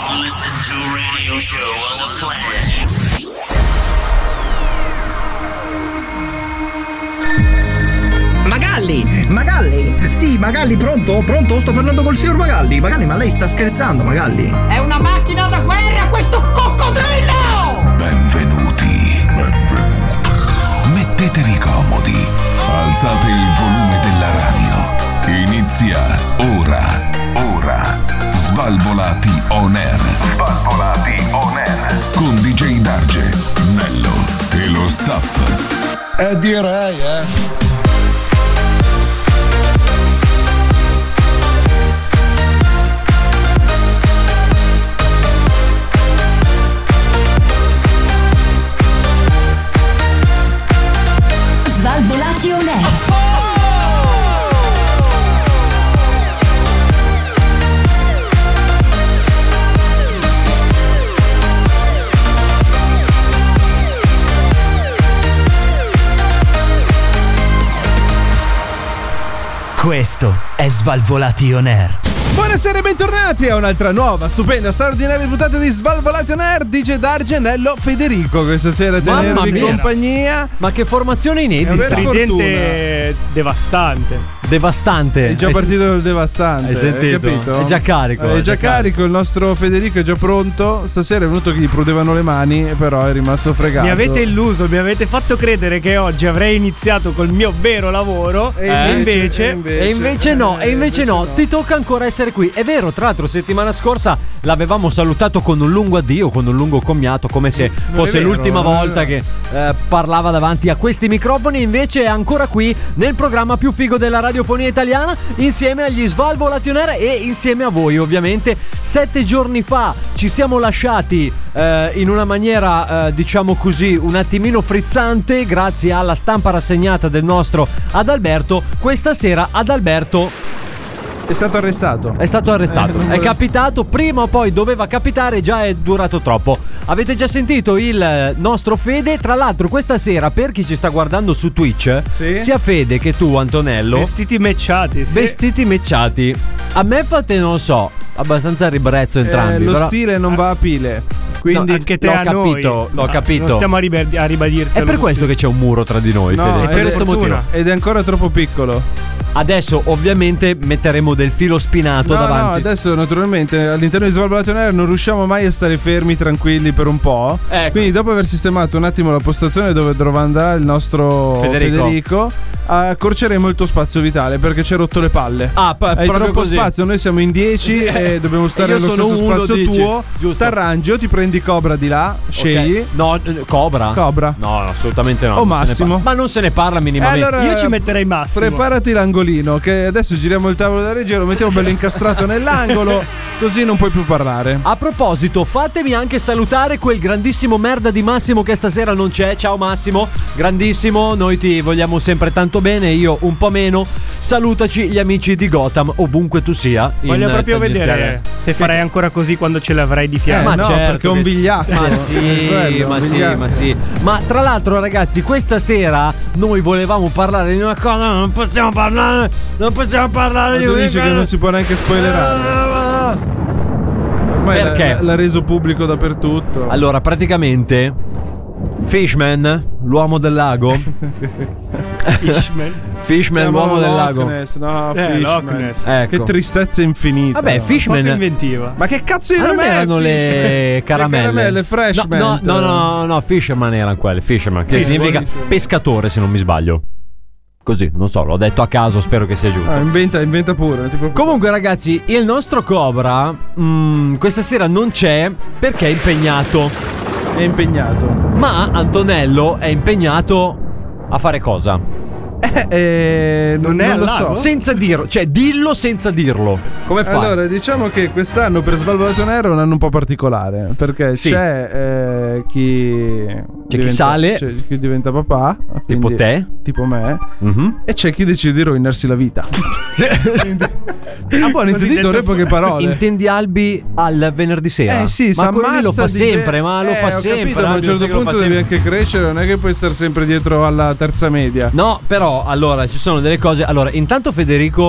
Listen to radio show on the planet. Magalli, sì, Magalli, pronto? Sto parlando col signor Magalli, ma lei sta scherzando, Magalli? È una macchina da guerra questo coccodrillo! Benvenuti. Mettetevi comodi, alzate il volume della radio. Inizia ora. Svalvolati on air. Con DJ Darge, Nello e lo staff. Direi, Svalvolati on air. Questo è Svalvolati on air. Buonasera e bentornati a un'altra nuova, stupenda, straordinaria puntata di Svalvolati on air. DJ Darge, Nello, Federico questa sera a tenervi compagnia. Ma che formazione inedita. Per Tridente devastante. È già partito il devastante. Hai sentito? Capito? È già carico. È già carico. Il nostro Federico è già pronto. Stasera è venuto che gli prudevano le mani, però è rimasto fregato. Mi avete illuso, mi avete fatto credere che oggi avrei iniziato col mio vero lavoro. E invece no. Ti tocca ancora essere qui. È vero, tra l'altro settimana scorsa l'avevamo salutato con un lungo addio, con un lungo commiato, come se fosse l'ultima volta che parlava davanti a questi microfoni. Invece è ancora qui nel programma più figo della radiofonia italiana, insieme agli Svalvolati on air e insieme a voi, ovviamente. 7 giorni fa ci siamo lasciati in una maniera diciamo così un attimino frizzante, grazie alla stampa rassegnata del nostro Adalberto. Questa sera Adalberto è stato arrestato. È capitato, prima o poi doveva capitare, già è durato troppo. Avete già sentito il nostro Fede. Tra l'altro questa sera, per chi ci sta guardando su Twitch, sia Fede che tu, Antonello, vestiti matchati. A me fate, non lo so, abbastanza ribrezzo entrambi. Lo però stile non va a pile. Quindi anche te l'ho capito. Non stiamo a ribadirti. È per questo che c'è un muro tra di noi, Fede. Per questo motivo. Ed è ancora troppo piccolo. Adesso ovviamente metteremo del filo spinato davanti. No, adesso naturalmente all'interno di Svalvolati on air non riusciamo mai a stare fermi tranquilli per un po'. Ecco. Quindi dopo aver sistemato un attimo la postazione dove andrà il nostro Federico, accorceremo il tuo spazio vitale, perché ci hai rotto le palle. Hai troppo così. Spazio, noi siamo in 10 e dobbiamo stare nello stesso spazio tuo. Giusto. T'arrangi o ti prendi Cobra di là, scegli. Okay. No, Cobra? No, assolutamente no. O Massimo. Ma non se ne parla minimamente. Allora, io ci metterei Massimo. Preparati l'angolino, che adesso giriamo il tavolo da regia, lo mettiamo bello incastrato nell'angolo, così non puoi più parlare. A proposito, fatemi anche salutare quel grandissimo merda di Massimo che stasera non c'è. Ciao Massimo, grandissimo, noi ti vogliamo sempre tanto bene, io un po' meno. Salutaci gli amici di Gotham, ovunque tu sia. Voglio proprio vedere se farai ancora così quando ce l'avrai di fianco. Ma no, certo, perché è un vigliacco. Ma sì. Ma tra l'altro, ragazzi, questa sera noi volevamo parlare di una cosa, non possiamo parlare Ma tu dici che non si può neanche spoilerare. Perché? L'ha reso pubblico dappertutto. Allora, praticamente Fishman, l'uomo del lago. Fishman, l'uomo del lago. Fishman. Ecco. Che tristezza infinita. Vabbè, Fishman inventiva. Ma che cazzo non erano le caramelle? Le Freshman. No, Fisherman erano quelle. Fisherman, che significa pescatore, se non mi sbaglio. Così, non so, l'ho detto a caso, spero che sia giusto. Inventa pure. Comunque, ragazzi, il nostro Cobra questa sera non c'è perché è impegnato. Ma Antonello è impegnato a fare cosa? Non lo so. Senza dirlo, cioè dillo senza dirlo. Come fai? Allora, diciamo che quest'anno per Svalvolati on air è un anno un po' particolare, perché c'è chi sale, c'è chi diventa papà, tipo te, tipo me, e c'è chi decide di rovinarsi la vita. Buon intenditore, poche parole. Intendi Albi al venerdì sera? Sì, ma quello lo fa sempre, ma lo fa sempre. Capito, ma a un certo punto devi anche crescere, non è che puoi stare sempre dietro alla terza media. No, però allora ci sono delle cose. Allora, intanto Federico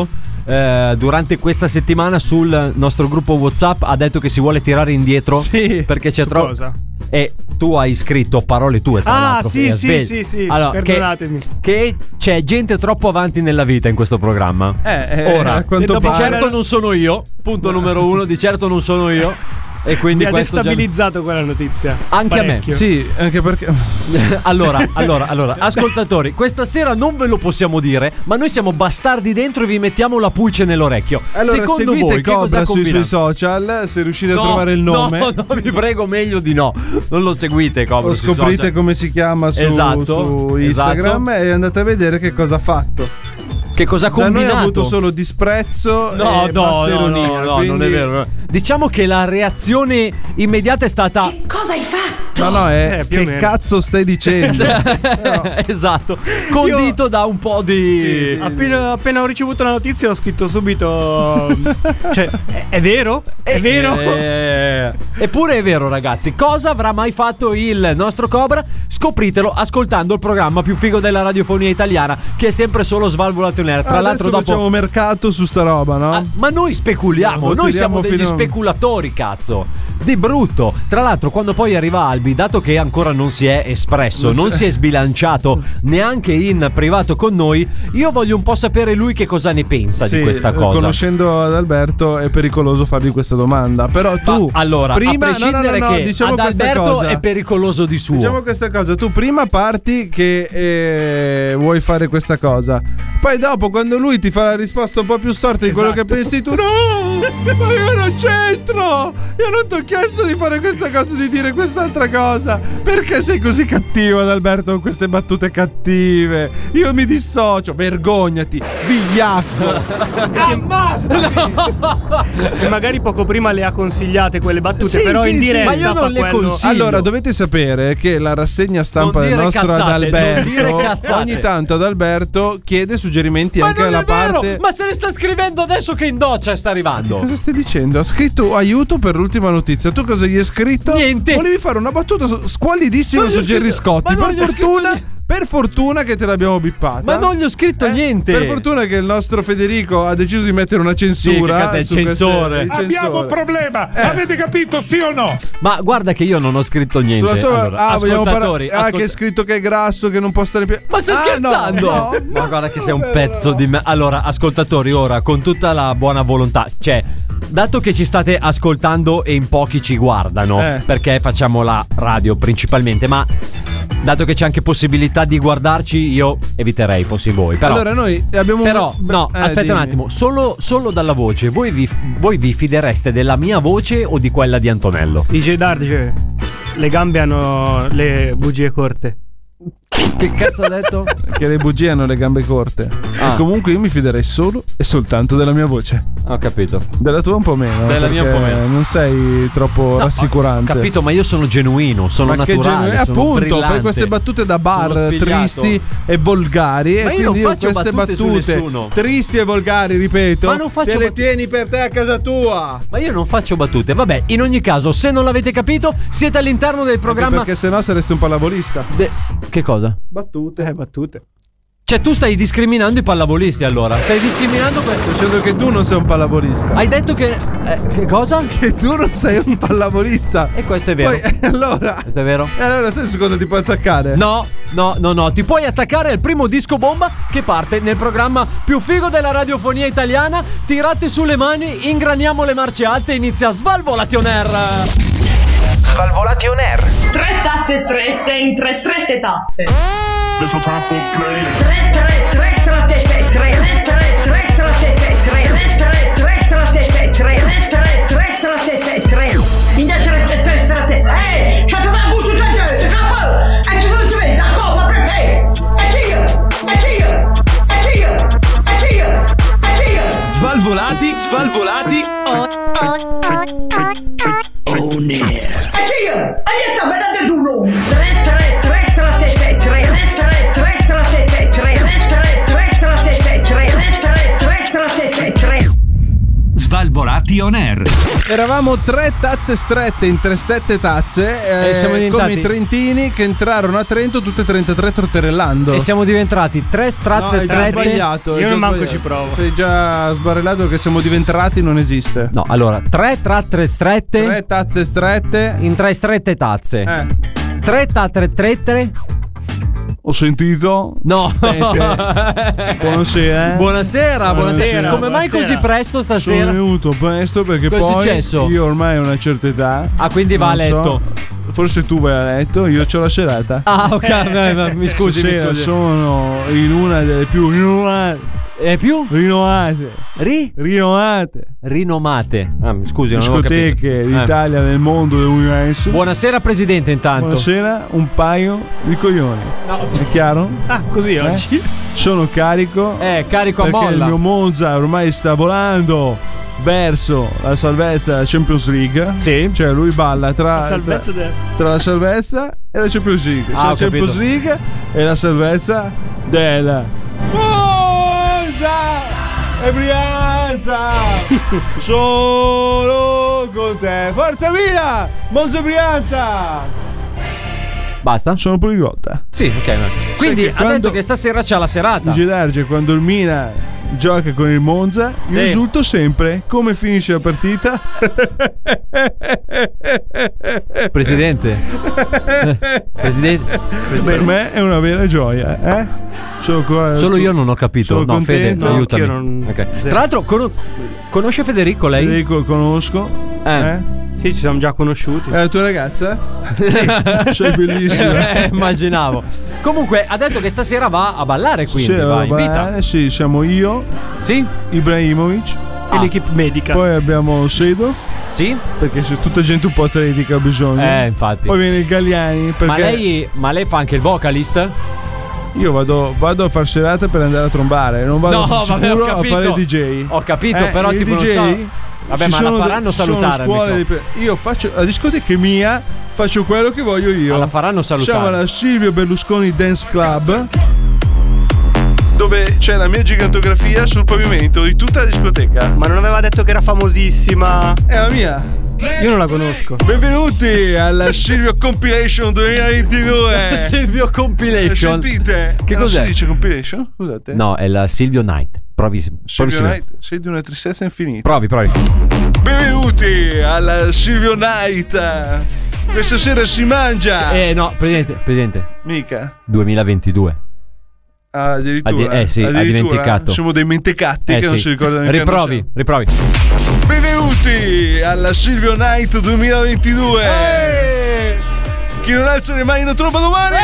durante questa settimana sul nostro gruppo WhatsApp ha detto che si vuole tirare indietro. Sì. Perché c'è troppo. Cosa? E tu hai scritto parole tue. Tra l'altro, sì. Allora, perdonatemi. che c'è gente troppo avanti nella vita in questo programma. Ora, a quanto di pare. certo non sono io. Punto numero 1, di certo non sono io. E quindi mi ha questo destabilizzato quella notizia. Anche parecchio. a me. Sì, anche perché. Allora, ascoltatori, questa sera non ve lo possiamo dire, ma noi siamo bastardi dentro e vi mettiamo la pulce nell'orecchio. Allora, secondo seguite voi, Cobra sui combina? suoi social, se riuscite a trovare il nome. No, vi prego, meglio di no. Non lo seguite, Cobra. O sui scoprite social. come si chiama su Instagram e andate a vedere che cosa ha fatto. Che cosa ha Da combinato? noi ha avuto solo disprezzo e bassa ironia. No, quindi... non è vero. Diciamo che la reazione immediata è stata Che cosa hai fatto? No, è più o che meno. cazzo stai dicendo? esatto, condito da un po' di Sì, appena ho ricevuto la notizia ho scritto subito cioè, è vero? È vero? Eppure è vero, ragazzi. Cosa avrà mai fatto il nostro Cobra? Scopritelo ascoltando il programma più figo della radiofonia italiana, che è sempre solo Svalvolato in Air. Tra l'altro dopo facciamo mercato su sta roba, no? ma noi speculiamo, No, noi siamo tiriamo degli fino- speculatori, cazzo. Di brutto. Tra l'altro, quando poi arriva Albi, dato che ancora non si è espresso, non si è sbilanciato neanche in privato con noi, io voglio un po' sapere lui che cosa ne pensa di questa cosa. Conoscendo Adalberto è pericoloso fargli questa domanda. Però tu allora, prima a prescindere no, che diciamo questa Adalberto cosa. è pericoloso di suo. Diciamo questa cosa, tu prima parti che vuoi fare questa cosa, poi dopo quando lui ti fa la risposta un po' più storta di quello che pensi tu, no, ma io non c'entro, io non ti ho chiesto di fare questa cosa, di dire quest'altra cosa, perché sei così cattivo Adalberto con queste battute cattive, io mi dissocio, vergognati, vigliacco, E magari poco prima le ha consigliate quelle battute, Sì, però sì, in sì, diretta ma io non fa le quello. consiglio. Allora, dovete sapere che la rassegna stampa Non del dire nostro cazzate, non dire Adalberto cazzate. ogni tanto Adalberto chiede suggerimenti Ma anche non alla è vero, parte. ma se ne sta scrivendo adesso che in doccia sta arrivando. Cosa stai dicendo? Ha scritto aiuto per l'ultima notizia. Tu cosa gli hai scritto? Niente. Volevi fare una battuta squallidissima Ma su gli ho Gerry scritto- Scotti. ma non Per gli ho scritto fortuna. Per fortuna che te l'abbiamo bippata. Ma non gli ho scritto niente. Per fortuna che il nostro Federico ha deciso di mettere una censura. Sì, che cazzo è il su queste- censore? il censore. Abbiamo un problema, avete capito sì o no? Ma guarda che io non ho scritto niente. Sulla tua... Allora, vogliamo ascoltatori, che è scritto che è grasso, che non può stare più. Ma stai scherzando? No. Ma guarda che sei un pezzo di me. Allora, ascoltatori, ora con tutta la buona volontà, cioè, dato che ci state ascoltando e in pochi ci guardano, perché facciamo la radio principalmente, ma dato che c'è anche possibilità di guardarci, io eviterei fossi voi. Però, Allora noi abbiamo. però no, aspetta dimmi. un attimo, solo dalla voce. Voi vi fidereste della mia voce o di quella di Antonello? DJ Darge, le gambe hanno le bugie corte. Che cazzo ha detto? Che le bugie hanno le gambe corte. Ah. E comunque io mi fiderei solo e soltanto della mia voce. Ho capito. Della tua un po' meno. Della mia un po' perché meno. Non sei troppo rassicurante. Ho capito, ma io sono genuino, sono Ma che naturale, genere- sono appunto, brillante. fai queste battute da Sono bar spigliato. tristi e volgari. Ma e io non quindi io faccio queste battute su battute nessuno. tristi e volgari, ripeto, Ma non faccio te le battute. tieni per te a casa tua. Ma io non faccio battute. Vabbè, in ogni caso, se non l'avete capito, siete all'interno del programma. Perché sennò saresti un pallavolista. Che cosa? Battute. Battute. Cioè, tu stai discriminando i pallavolisti allora. Stai discriminando questo. Dicendo che tu non sei un pallavolista. Hai detto che. Che cosa? Che tu non sei un pallavolista. E questo è vero. Poi, allora. Questo è vero? E allora sai su cosa ti puoi attaccare? No. Ti puoi attaccare al primo disco bomba che parte nel programma più figo della radiofonia italiana. Tirate sulle mani, ingraniamo le marce alte e inizia Svalvolation Air. Svalvolation Air. 3 tazze strette in 3 strette tazze. There's no time for playing. 3 trattete, 3 trattete, 3 trattete, 3 trattete, 3. In 3 strette. Ehi, c'è da butto te, capo. E ci sono svegli, a coma perché? E io. Svalvolati. On air. E io. E niente, me ne do uno. 3 trattete, 3 trattete, 3. Svalvolati on air. Eravamo 3 tazze strette in 3 stette tazze. E siamo diventati come i trentini che entrarono a Trento tutte 33 trotterellando. E siamo diventati 3 stratte hai già strette. sbagliato. Io hai non già manco sbagliato. ci provo. Sei già sbarellato perché siamo diventati, non esiste. No, allora 3 tratte strette 3 tazze strette in 3 strette tazze. 3 tazze. Ho sentito. No. Buonasera. Buonasera. Come mai così presto Sono stasera? venuto presto perché Cosa è poi successo? io ormai ho una certa età. Ah, quindi va a Non so, letto. forse tu vai a letto, io c'ho la serata. Ah, ok, mi scusi. Stasera sono in una delle più rinnovate. Rinomate. Ah, mi scusi, non avevo discoteche capito. d'Italia, nel mondo, dell'universo. Buonasera presidente intanto. Buonasera, un paio di coglioni. È chiaro? Ah, così oggi. Sono carico. Carico a perché molla. il mio Monza ormai sta volando verso la salvezza della Champions League. Sì. Cioè lui balla tra La salvezza tra la salvezza e la Champions League. Ah, Cioè ho la Champions capito. League e la salvezza della Monza e Brianza. Solo con te. Forza Vila! Monza e Brianza! Basta? Sono poliglota. Sì, ok. Quindi che ha quando- detto che stasera c'ha la serata. Dice Darge, quando il Milan gioca con il Monza, io Sì. esulto sempre. Come finisce la partita? Presidente. Presidente. Per me è una vera gioia, eh? Solo io non ho capito. sono No, Fede, contento. No, aiutami. anch'io non- Ok. Sì. Tra l'altro, conosce Federico lei? Federico lo conosco. Sì, ci siamo già conosciuti. È la tua ragazza? Sì. Sei bellissima. Immaginavo. Comunque, ha detto che stasera va a ballare, quindi Sì, va in vita. sì, siamo io, Sì? Ibrahimovic, E l'equipe medica. poi abbiamo Sedov, Sì? perché c'è tutta gente un po' atletica ha bisogno. Infatti. Poi viene il Galliani, perché Ma lei fa anche il vocalist? io vado a far serata per andare a trombare, non vado vabbè, sicuro ho a capito. fare DJ. Ho capito, però i tipo non DJ, so. Vabbè, ci ma la sono faranno ci sono salutare al scuole microfono. io faccio la discoteca è mia, faccio quello che voglio io. Ma la faranno salutare. Siamo alla Silvio Berlusconi Dance Club, dove c'è la mia gigantografia sul pavimento di tutta la discoteca. Ma non aveva detto che era famosissima. È la mia. Io non la conosco. Benvenuti alla Silvio Compilation 2022. Silvio Compilation. Sentite? Che non cos'è? si dice compilation? Scusate. No, è la Silvio Night. Provi. Silvio Night, sei di una tristezza infinita. Provi. Benvenuti alla Silvio Night. Questa sera si mangia. No, presidente. Mica. 2022. Ah, addirittura. Sì, ha Addirittura? dimenticato. Siamo dei mentecatti che non si ricordano neanche. Riprovi. Benvenuti alla Silvio Night 2022. Chi non alza le mani non trova domani.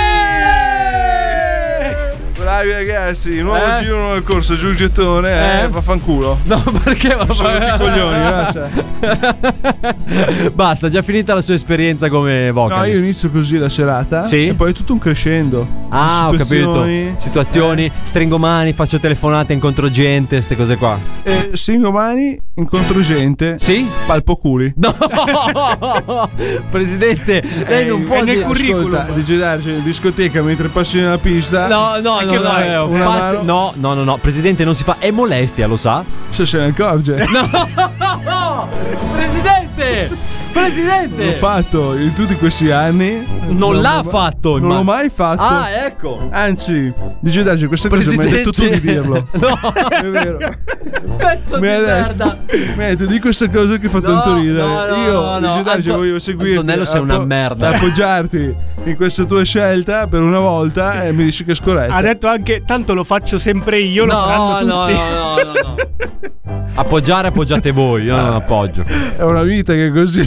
Bravi ragazzi, nuovo giro, nuova corsa, giù il gettone, vaffanculo. No, perché Sono tutti coglioni, basta. Basta, già finita la sua esperienza come vocal. No, io inizio così la serata. Sì? E poi è tutto un crescendo. Ah, ho capito. Situazioni, stringo mani, faccio telefonate, incontro gente, queste cose qua. Stringo mani, incontro gente. Sì? Palpo culi. No! Presidente, lei non può nel dire- curriculum. Ascolta, di girarci in discoteca mentre passi nella pista. No, che fai? Una passi- mano? no, Presidente, non si fa. È molestia, lo sa? Se se ne accorge. No! Presidente! L'ho fatto in tutti questi anni. Non l'ha fatto, Non l'ho mai fatto. Ah, ecco. Anzi, dice Darge, questa cosa mi hai detto tu di dirlo. No, È vero. pezzo di Mi hai merda. detto di questa cosa che fa tanto ridere. Io, no. dice Darge, voglio seguirti. Antonello sei una merda. Appoggiarti in questa tua scelta per una volta e mi dici che è scorretto. Ha detto anche, tanto lo faccio sempre io, lo faranno tutti. No. Appoggiate voi, io non appoggio. È una vita che è così.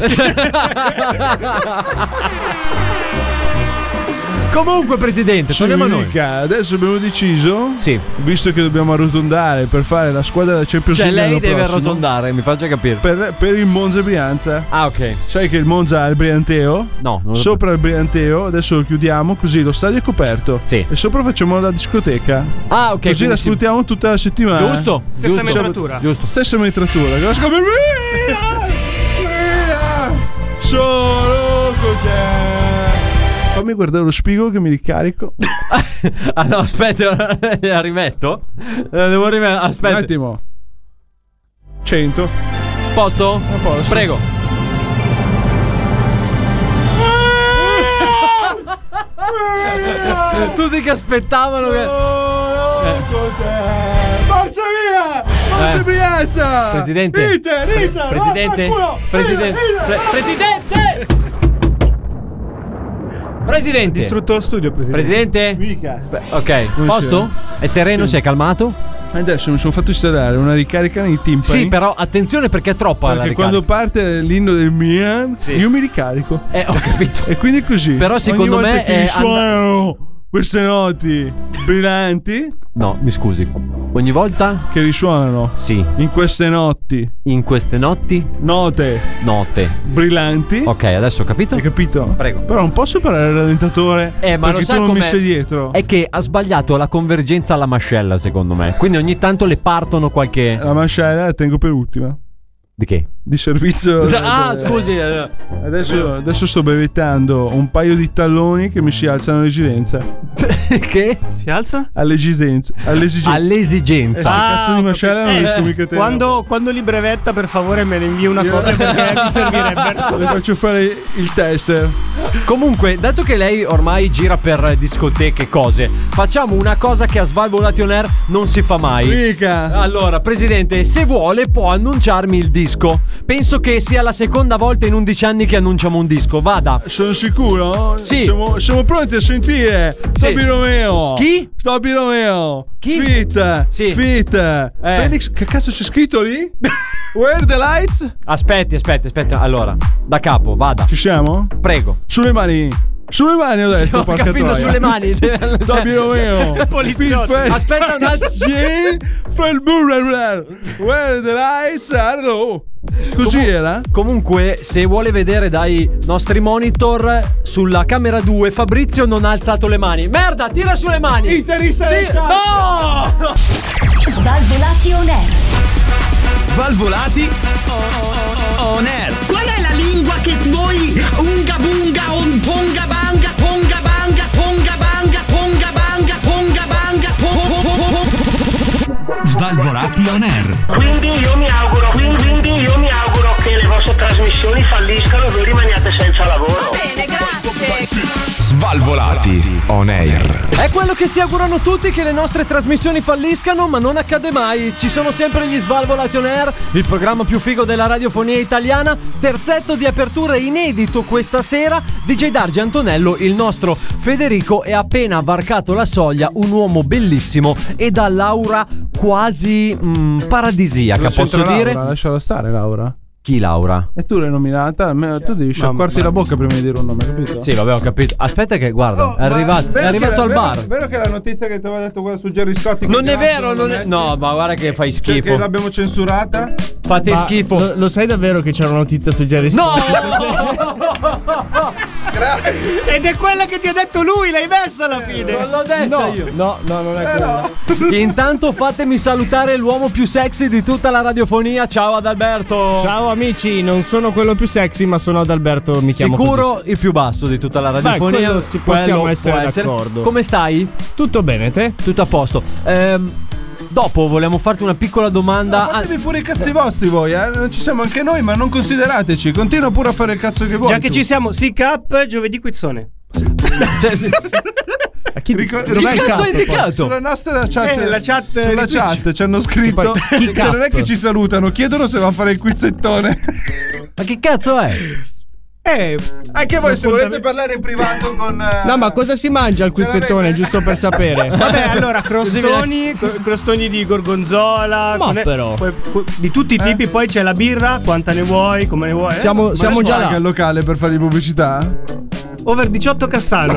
Comunque, Presidente, torniamo a noi. Mica, adesso abbiamo deciso, Sì. visto che dobbiamo arrotondare per fare la squadra da Champions Cioè, League lei l'anno deve prossimo, arrotondare, mi faccia capire. per il Monza Brianza. Ah, ok. Sai che il Monza ha il Brianteo? No, non lo Sopra il Brianteo, adesso lo chiudiamo, così lo stadio è coperto. Sì. E sopra facciamo la discoteca. Ah, ok. Così quindi la si- sfruttiamo tutta la settimana. Giusto. Stessa giusto. metratura. Giusto. Stessa metratura. Che la scopre via! Solo con te. Fammi guardare lo spiego che mi ricarico. Ah, no, aspetta, la rimetto. Devo rimettere. Un Aspetta. attimo. 100. Posto? A posto. Prego. Tutti che aspettavano che... Forza via! Forza Brianza! Presidente. Rita, Presidente. Presidente. Presidente. Presidente. Distrutto lo studio, presidente. Presidente. Mica. Ok, posto? È sereno, si è calmato? Adesso mi sono fatto installare una ricarica nei timpani. Sì, però attenzione perché è troppa la Perché ricarica. quando parte l'inno del Milan, Sì. io mi ricarico. Ho capito. E quindi è così. Però secondo Ogni volta me che è risuonano queste noti brillanti No, mi scusi. Ogni volta? che risuonano Sì. in queste notti, In queste notti? note brillanti. Ok, adesso ho capito. Hai capito? Prego. Però non posso parare il rallentatore Ma perché lo tu sai non mi com'è? sei dietro. È che ha sbagliato la convergenza alla mascella, secondo me. Quindi ogni tanto le partono qualche... La mascella la tengo per ultima. Di che? Di servizio. Ah, scusi. Adesso sto brevettando un paio di talloni che mi si alzano all'esigenza. Che? Si alza? All'esigenza. All'esigenza. Sta cazzo di mascella non riesco mica a tenere. Quando li brevetta, per favore, me ne invii una copia perché mi servirebbe. Le faccio fare il tester. Comunque, dato che lei ormai gira per discoteche e cose, facciamo una cosa che a Svalvolati On Air non si fa mai. Mica. Allora, presidente, se vuole può annunciarmi il disco. Penso che sia la seconda volta in 11 anni che annunciamo un disco. Vada. Sono sicuro? Sì. Siamo pronti a sentire Toby Romeo. Chi? Toby Romeo. Chi? Fit. Sì. Fit. Felix, che cazzo c'è scritto lì? Where the lights? Aspetti. Allora, da capo, vada. Ci siamo? Prego. Sulle mani. Sulle mani ho detto, Ho porca capito, troia. sulle mani. Toby Romeo. Poliziotti. Aspetta un attimo. Where the lights are low. Così era? Comunque, se vuole vedere dai nostri monitor, sulla camera 2 Fabrizio non ha alzato le mani. Merda, tira sulle mani. Interista del cazzo. No! Svalvolati On Air. Svalvolati on air. Qual è la lingua che voi unga bunga on ponga banga ponga banga ponga banga ponga banga ponga banga Svalvolati on air. Quindi io mi auguro che le vostre trasmissioni falliscano e voi rimaniate senza lavoro. Bene, grazie. Svalvolati on air. È quello che si augurano tutti, che le nostre trasmissioni falliscano, ma non accade mai. Ci sono sempre gli Svalvolati On Air, il programma più figo della radiofonia italiana. Terzetto di apertura inedito questa sera. DJ Dargi Antonello, il nostro Federico, è appena varcato la soglia, un uomo bellissimo e dall'aura quasi paradisiaca, posso dire. Laura, lasciala stare, Laura. Chi Laura? E tu l'hai nominata? Almeno tu devi sciacquarti la bocca prima di dire un nome, capito? Sì, vabbè, ho capito. Aspetta che, guarda, è arrivato al bar. È vero che la notizia che ti aveva detto quella su Jerry Scotti? Non è vero, non è... No, ma guarda che fai schifo. Perché l'abbiamo censurata? Fate schifo. Lo sai davvero che c'era una notizia su Jerry Scott? No! Ed è quella che ti ha detto lui, l'hai messa alla fine. Non l'ho detta io. No, non è quella. Intanto fatemi salutare l'uomo più sexy di tutta la radiofonia. Ciao Adalberto. Ciao amici, non sono quello più sexy, ma sono Adalberto, mi chiamo Sicuro così. il più basso di tutta la radiofonia. quello possiamo Quello essere può d'accordo. Come stai? Tutto bene, te? Tutto a posto. Dopo vogliamo farti una piccola domanda. Fatevi pure i cazzi vostri voi, non ci siamo anche noi, ma non considerateci. Continua pure a fare il cazzo che vuoi. Già che ci siamo, sì, cap, giovedì quizzone. A chi Dov'è il cazzo hai indicato? Sulla nostra chat, la chat sulla di chat ci hanno scritto che non è che ci salutano, chiedono se va a fare il quizzettone. Ma che cazzo è? Anche voi se volete parlare in privato con No, ma cosa si mangia al quizzettone, giusto per sapere? Vabbè, allora, crostoni di gorgonzola. Ma però. Di tutti i tipi, poi c'è la birra, quanta ne vuoi, come ne vuoi. Siamo già là. al locale per fargli pubblicità? Over 18 Cassano.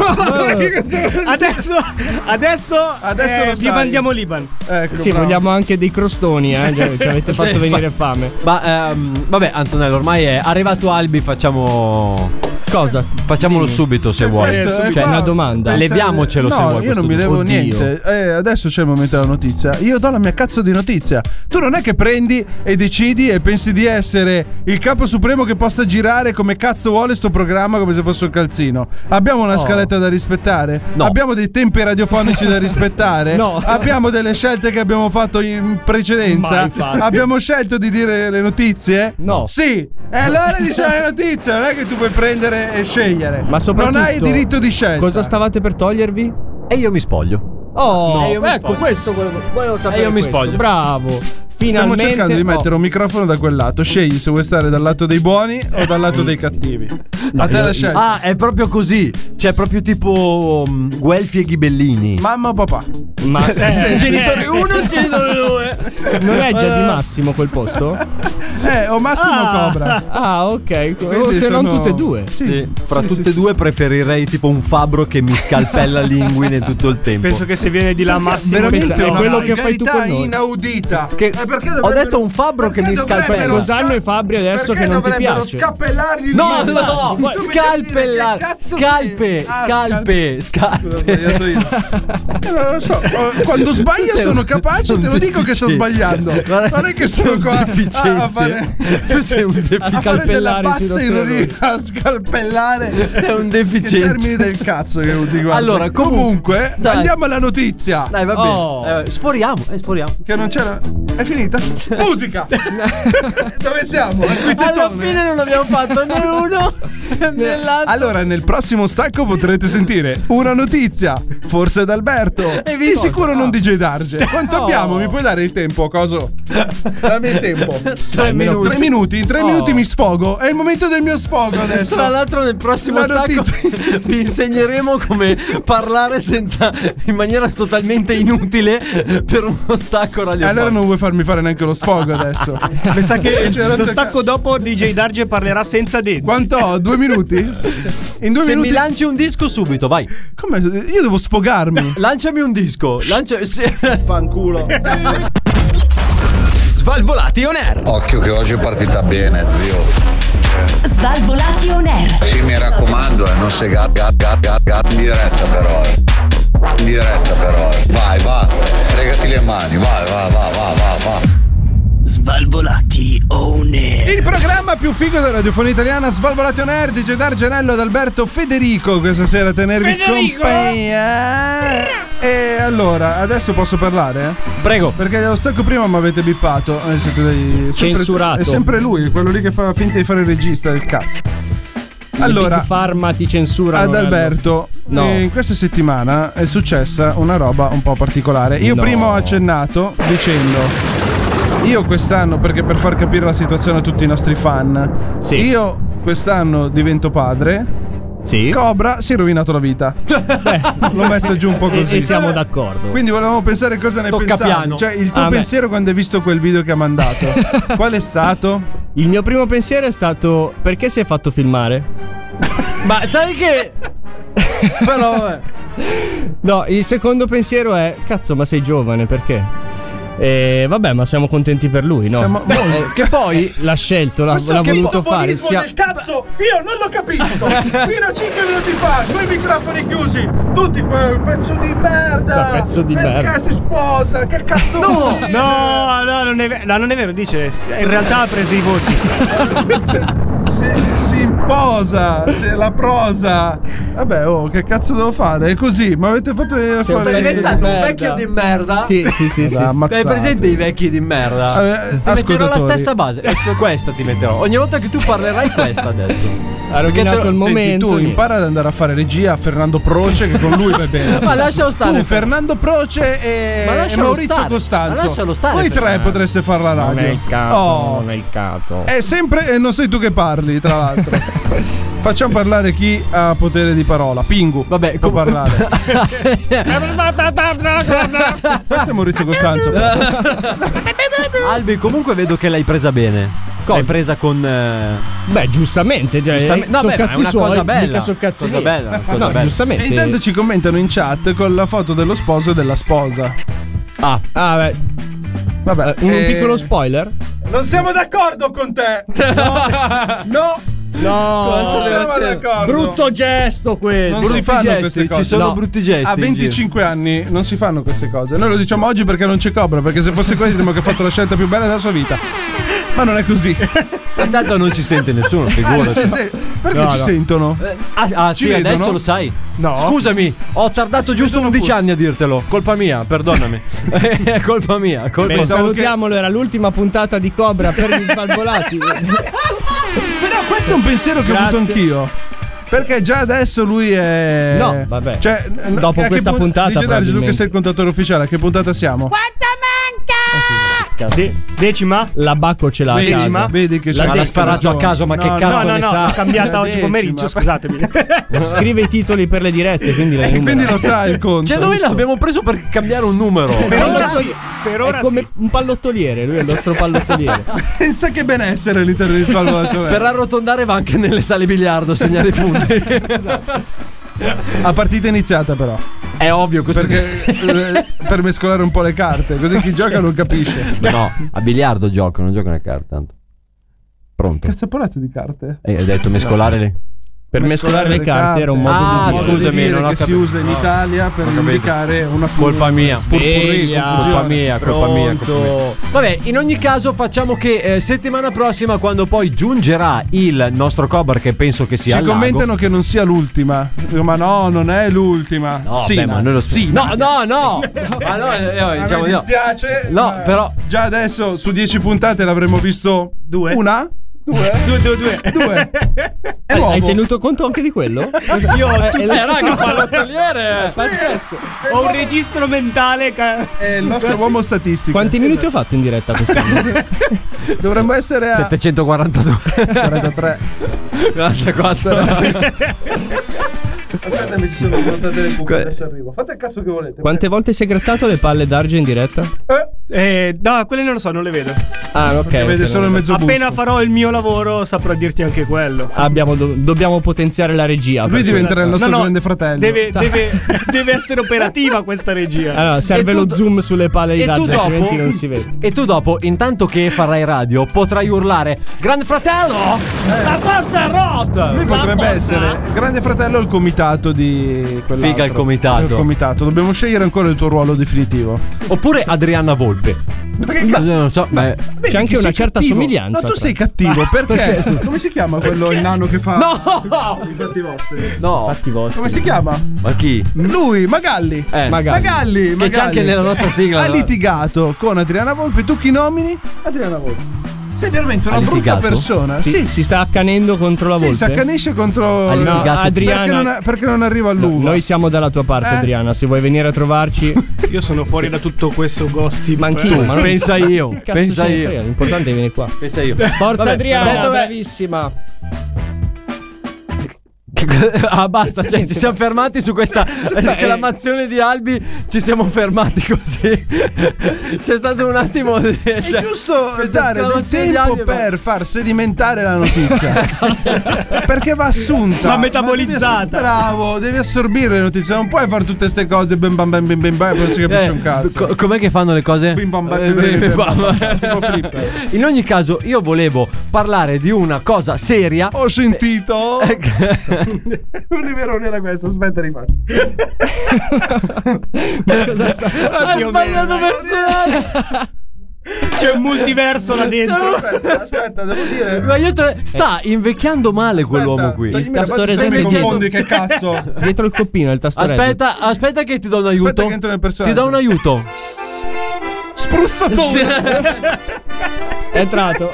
Adesso lo vi sai. mandiamo l'Iban. Ecco, Sì, bravo. vogliamo anche dei crostoni, ci avete fatto venire fame. Ma vabbè, Antonello, ormai è arrivato Albi, facciamo Cosa? Facciamolo subito se vuoi. Cioè, una domanda. Leviamocelo se no, vuoi. io non mi levo Oddio. niente. Adesso c'è il momento della notizia. Io do la mia cazzo di notizia. Tu non è che prendi e decidi e pensi di essere il capo supremo che possa girare come cazzo vuole sto programma come se fosse un calzino. Abbiamo una scaletta da rispettare? No. Abbiamo dei tempi radiofonici da rispettare? No. Abbiamo delle scelte che abbiamo fatto in precedenza? Mai fatte. Abbiamo scelto di dire le notizie? No. Sì. E allora diciamo le notizie, non è che tu puoi prendere e scegliere. Ma soprattutto, non hai diritto di scelta. Cosa stavate per togliervi? E io mi spoglio. Oh, io mi ecco, spoglio. questo volevo sapere. io mi questo. spoglio. Bravo. Stiamo Finalmente. cercando di mettere un microfono da quel lato. Scegli se vuoi stare dal lato dei buoni o dal lato dei cattivi. A te la scelta. Ah, è proprio così. Cioè, proprio tipo Guelfi e Ghibellini. Mamma o papà? Ma Genitore 1 e genitore 2. non è già di Massimo quel posto? O Massimo Cobra. Ah, ok. Quindi Se non sono- tutte e due. Sì, fra tutte e due preferirei tipo un fabbro che mi scalpella l'inguine tutto il tempo. Penso che se viene di là Massimo Veramente è una quello che fai tu con noi. inaudita. Che- Perché ho dovrebbero- detto un fabbro che perché mi scalpella. dovrebbero Cos'hanno i fabbri adesso perché che non ti dovrebbero piace? scappellargli il No, viso? no, Tu mi devi dire scalpellare. che cazzo Scalpe, sei? Ah, scalpe, Scusa, ho scalpe. sbagliato io. Non lo so, quando sbaglio sei sono un- capace, sei un te lo dico che sto deficiente. sbagliando. Guarda, Non è che sei sono un qua deficiente. a fare Tu sei un deficiente. a fare della scalpellare sui bassa nostri ironia, a scalpellare. Sei un Che deficiente. termini del cazzo che usi, guarda. Allora, comunque, dai. andiamo alla notizia. Dai, va bene. Oh. Sforiamo, sforiamo. Che non c'era. È finita? Musica! Dove siamo? Al quizzettone. Alla fine non abbiamo fatto né uno né l'altro. Allora, nel prossimo stacco potrete sentire una notizia, forse ad Alberto. E Di sicuro non DJ Darge. Quanto Oh. abbiamo? Mi puoi dare il tempo, coso? Dammi il tempo. 3 minuti. 3 minuti. In 3 minuti mi sfogo. È il momento del mio sfogo adesso. Tra l'altro nel prossimo La stacco notizia. vi insegneremo come parlare senza in maniera totalmente inutile per uno stacco radiofonico. Allora non vuoi farmi fare neanche lo sfogo adesso. Mi sa che Cioè, lo stacco dopo DJ Darge parlerà senza denti. Quanto ho? 2 minuti? In 2 Se minuti. mi lanci un disco subito, vai. Come? Io devo sfogarmi. Lanciami un disco. Fanculo. Svalvolati on air. Occhio che oggi è partita bene, zio. Svalvolati on air. Sì, mi raccomando, non sei in diretta però. In diretta però. Vai, va. Fregati le mani, vai, va. Svalvolati on air. Il programma più figo della radiofonia italiana, Svalvolati on air, DJ Dargenello ed Alberto Federico questa sera a tenervi compagnia. E allora, adesso posso parlare? Prego. Perché lo stacco prima mi avete bippato. Censurato. È sempre lui, quello lì che fa finta di fare il regista del cazzo. Allora, Big Pharma ti censurano. ad Alberto, No. in questa settimana è successa una roba un po' particolare. Io No. prima ho accennato dicendo: io quest'anno, perché per far capire la situazione a tutti i nostri fan, Sì. io quest'anno divento padre. Sì. Cobra si è rovinato la vita. L'ho messa giù un po' così. E siamo d'accordo. Quindi volevamo pensare cosa ne Tocca pensavi. piano. Cioè, il tuo Ah, beh. pensiero quando hai visto quel video che ha mandato, qual è stato? Il mio primo pensiero è stato: perché si è fatto filmare? Ma sai che però vabbè. No, il secondo pensiero è: cazzo, ma sei giovane, perché? E vabbè, ma siamo contenti per lui, no? Siamo- Che poi l'ha scelto, l'ha voluto fare. cazzo, io non lo capisco. Fino a 5 minuti fa, con i microfoni chiusi, tutti quel pezzo di merda. Ma pezzo di perché merda. si sposa? Che cazzo vuol dire? No, non è vero, dice. In realtà ha preso i voti. Si imposa, la prosa. Vabbè, oh, che cazzo devo fare? È così, ma avete fatto venire Sei un fuori. pezzo di un merda. vecchio di merda. Sì, sì, sì, sì. Vabbè, ammazzato. Hai presente i vecchi di merda? Allora, Ti metterò la ascoltatori. stessa base. Questa ti metterò. Ogni volta che tu parlerai questa adesso. Ha rovinato il Senti, momento. tu niente. impara ad andare a fare regia a Fernando Proce, che con lui va bene. Ma lascialo stare. Tu, Fernando Proce e Ma lascialo Maurizio stare. Costanzo. Ma lascialo stare, Voi tre Fernando. potreste fare la radio. Non è il cato, Oh. non è il cato. È sempre. E non sei tu che parli, tra l'altro. Facciamo parlare chi ha potere di parola. Pingu. Vabbè, può parlare. Questo è Maurizio Costanzo. Albi, comunque vedo che l'hai presa bene. L'hai presa con. Beh, giustamente, No, sono beh, ma è cazzi una suoi, cosa bella. mica sono cazzi Cosa miei. bella, una cosa No, bella. E giustamente. intanto ci commentano in chat con la foto dello sposo e della sposa. Ah, beh, Vabbè, un piccolo spoiler. Non siamo d'accordo con te. No. No, siamo d'accordo. brutto gesto questo. Non si fanno queste cose. Ci sono No. brutti gesti. A 25 anni non si fanno queste cose. Noi lo diciamo oggi perché non c'è Cobra, perché se fosse così diremmo che ha fatto la scelta più bella della sua vita. Ma non è così. Intanto non ci sente nessuno, figurati. Perché ci sentono? Sì, vedono? adesso lo sai. No. Scusami, ho tardato giusto 11 anni a dirtelo. Colpa mia, perdonami. È colpa mia. Salutiamolo, era l'ultima puntata di Cobra per gli Svalvolati. Però questo è un pensiero che ho avuto anch'io. Perché già adesso lui è. No, vabbè. Cioè, dopo a che questa puntata. Dice Darge, tu che probabilmente. sei il contatore ufficiale, a che puntata siamo? Decima? La Bacco ce l'ha a casa. Vedi che c'è l'ha sparato a caso, ma che cazzo ne sa? L'ho cambiata oggi pomeriggio, scusatemi. Scrive i titoli per le dirette, quindi le numera. Quindi lo sa il conto. Cioè, noi l'abbiamo preso per cambiare un numero. Per ora è come un pallottoliere, lui è il nostro pallottoliere. Pensa che benessere all'interno di Svalvolato. Per arrotondare va anche nelle sale biliardo a segnare i punti. A partita iniziata, però. È ovvio così. Perché per mescolare un po' le carte, così chi gioca non capisce. No, a biliardo gioco, non gioco nelle carte tanto. Pronto? Cazzo, hai parlato di carte? Hai detto mescolare le. Per mescolare le carte era un modo Ah, di dire. scusami, non ho che si capito. usa in Italia per indicare una Colpa mia. Sveglia. Colpa mia. Pronto. Vabbè, in ogni caso facciamo che settimana prossima, quando poi giungerà il nostro Cobra, che penso che sia Ci al lago. commentano che non sia l'ultima. Ma no, non è l'ultima. No, sì, beh, ma noi lo sì. No. Ma no, diciamo mi di no. dispiace. No, ma però già adesso su 10 puntate l'avremmo visto 2. Una? Due. È Hai nuovo. tenuto conto anche di quello? Io raga, pallottoliere. Pazzesco. ho un registro mentale. È il nostro uomo statistico. Quanti minuti ho fatto in diretta quest'anno? Dovremmo essere a 742 43. 44. Aspetta, ci sono puntate le buche, adesso arrivo. Fate il cazzo che volete. Quante volte si è grattato le palle d'argine in diretta? No, quelle non lo so, non le vedo. Ah, ok. Vede solo il mezzo Appena busto. farò il mio lavoro saprò dirti anche quello. Dobbiamo potenziare la regia. Lui perché- diventerà il nostro No, grande fratello. Deve essere operativa questa regia. Allora, serve E tu- lo zoom sulle palle di E tu Darge, dopo altrimenti non si vede. E tu dopo, intanto che farai radio, potrai urlare: Grande fratello! La forza è rotta! Lui potrebbe essere Grande Fratello o il comitato di quell'altro. Figa il comitato. Il comitato. Dobbiamo scegliere ancora il tuo ruolo definitivo. Oppure Adriana Volpe. Non so, beh. C'è anche una certa somiglianza. Ma tu tra- sei cattivo perché? Come si chiama quello il nano che fa No! i fatti vostri? No, Fatti vostri. Come si chiama? ma chi? Lui, Magalli. Magalli. Che c'è anche nella nostra sigla. Ha litigato con Adriana Volpe. Tu chi nomini? Adriana Volpe. Sei veramente una Ha brutta litigato? persona. Sì. Si sta accanendo contro la Sì, Volpe. si accanisce contro Ha litigato. Adriana. perché non arriva all'uva. Noi siamo dalla tua parte, Adriana. Se vuoi venire a trovarci, Io sono fuori da tutto questo gossip. ma anch'io. Ma non Pensa io. Che cazzo Pensa ce ne io. frega, l'importante è che vieni qua. Pensa io. Forza Vabbè, Adriana, detto che- bravissima. Ah, basta, cioè, ci siamo fermati su questa esclamazione di Albi. Ci siamo fermati così. C'è stato un attimo di. È giusto dare del tempo per far sedimentare la notizia. Perché va assunta. Va metabolizzata. Bravo, devi assorbire le notizie. Non puoi fare tutte queste cose. Bim bam bam bim bim bam. Non si capisce un cazzo. Com'è che fanno le cose? Bim bam bam bim bim bam. Tipo bam. Flipper. In ogni caso, io volevo parlare di una cosa seria. Ho sentito. Non è vero, non era questo. Aspetta, rifaccio. Ma cosa sta Hai sbagliato personaggio. C'è un multiverso là dentro. Aspetta, devo dire. Ma io sta invecchiando male quell'uomo qui. Toglimi la tasto base, se resente mi dietro. confondi, che cazzo. Dietro il coppino, il tasto reset. Aspetta che ti do un aiuto. Aspetta che entro nel personaggio. Ti do un aiuto. Spruzzatore. È entrato.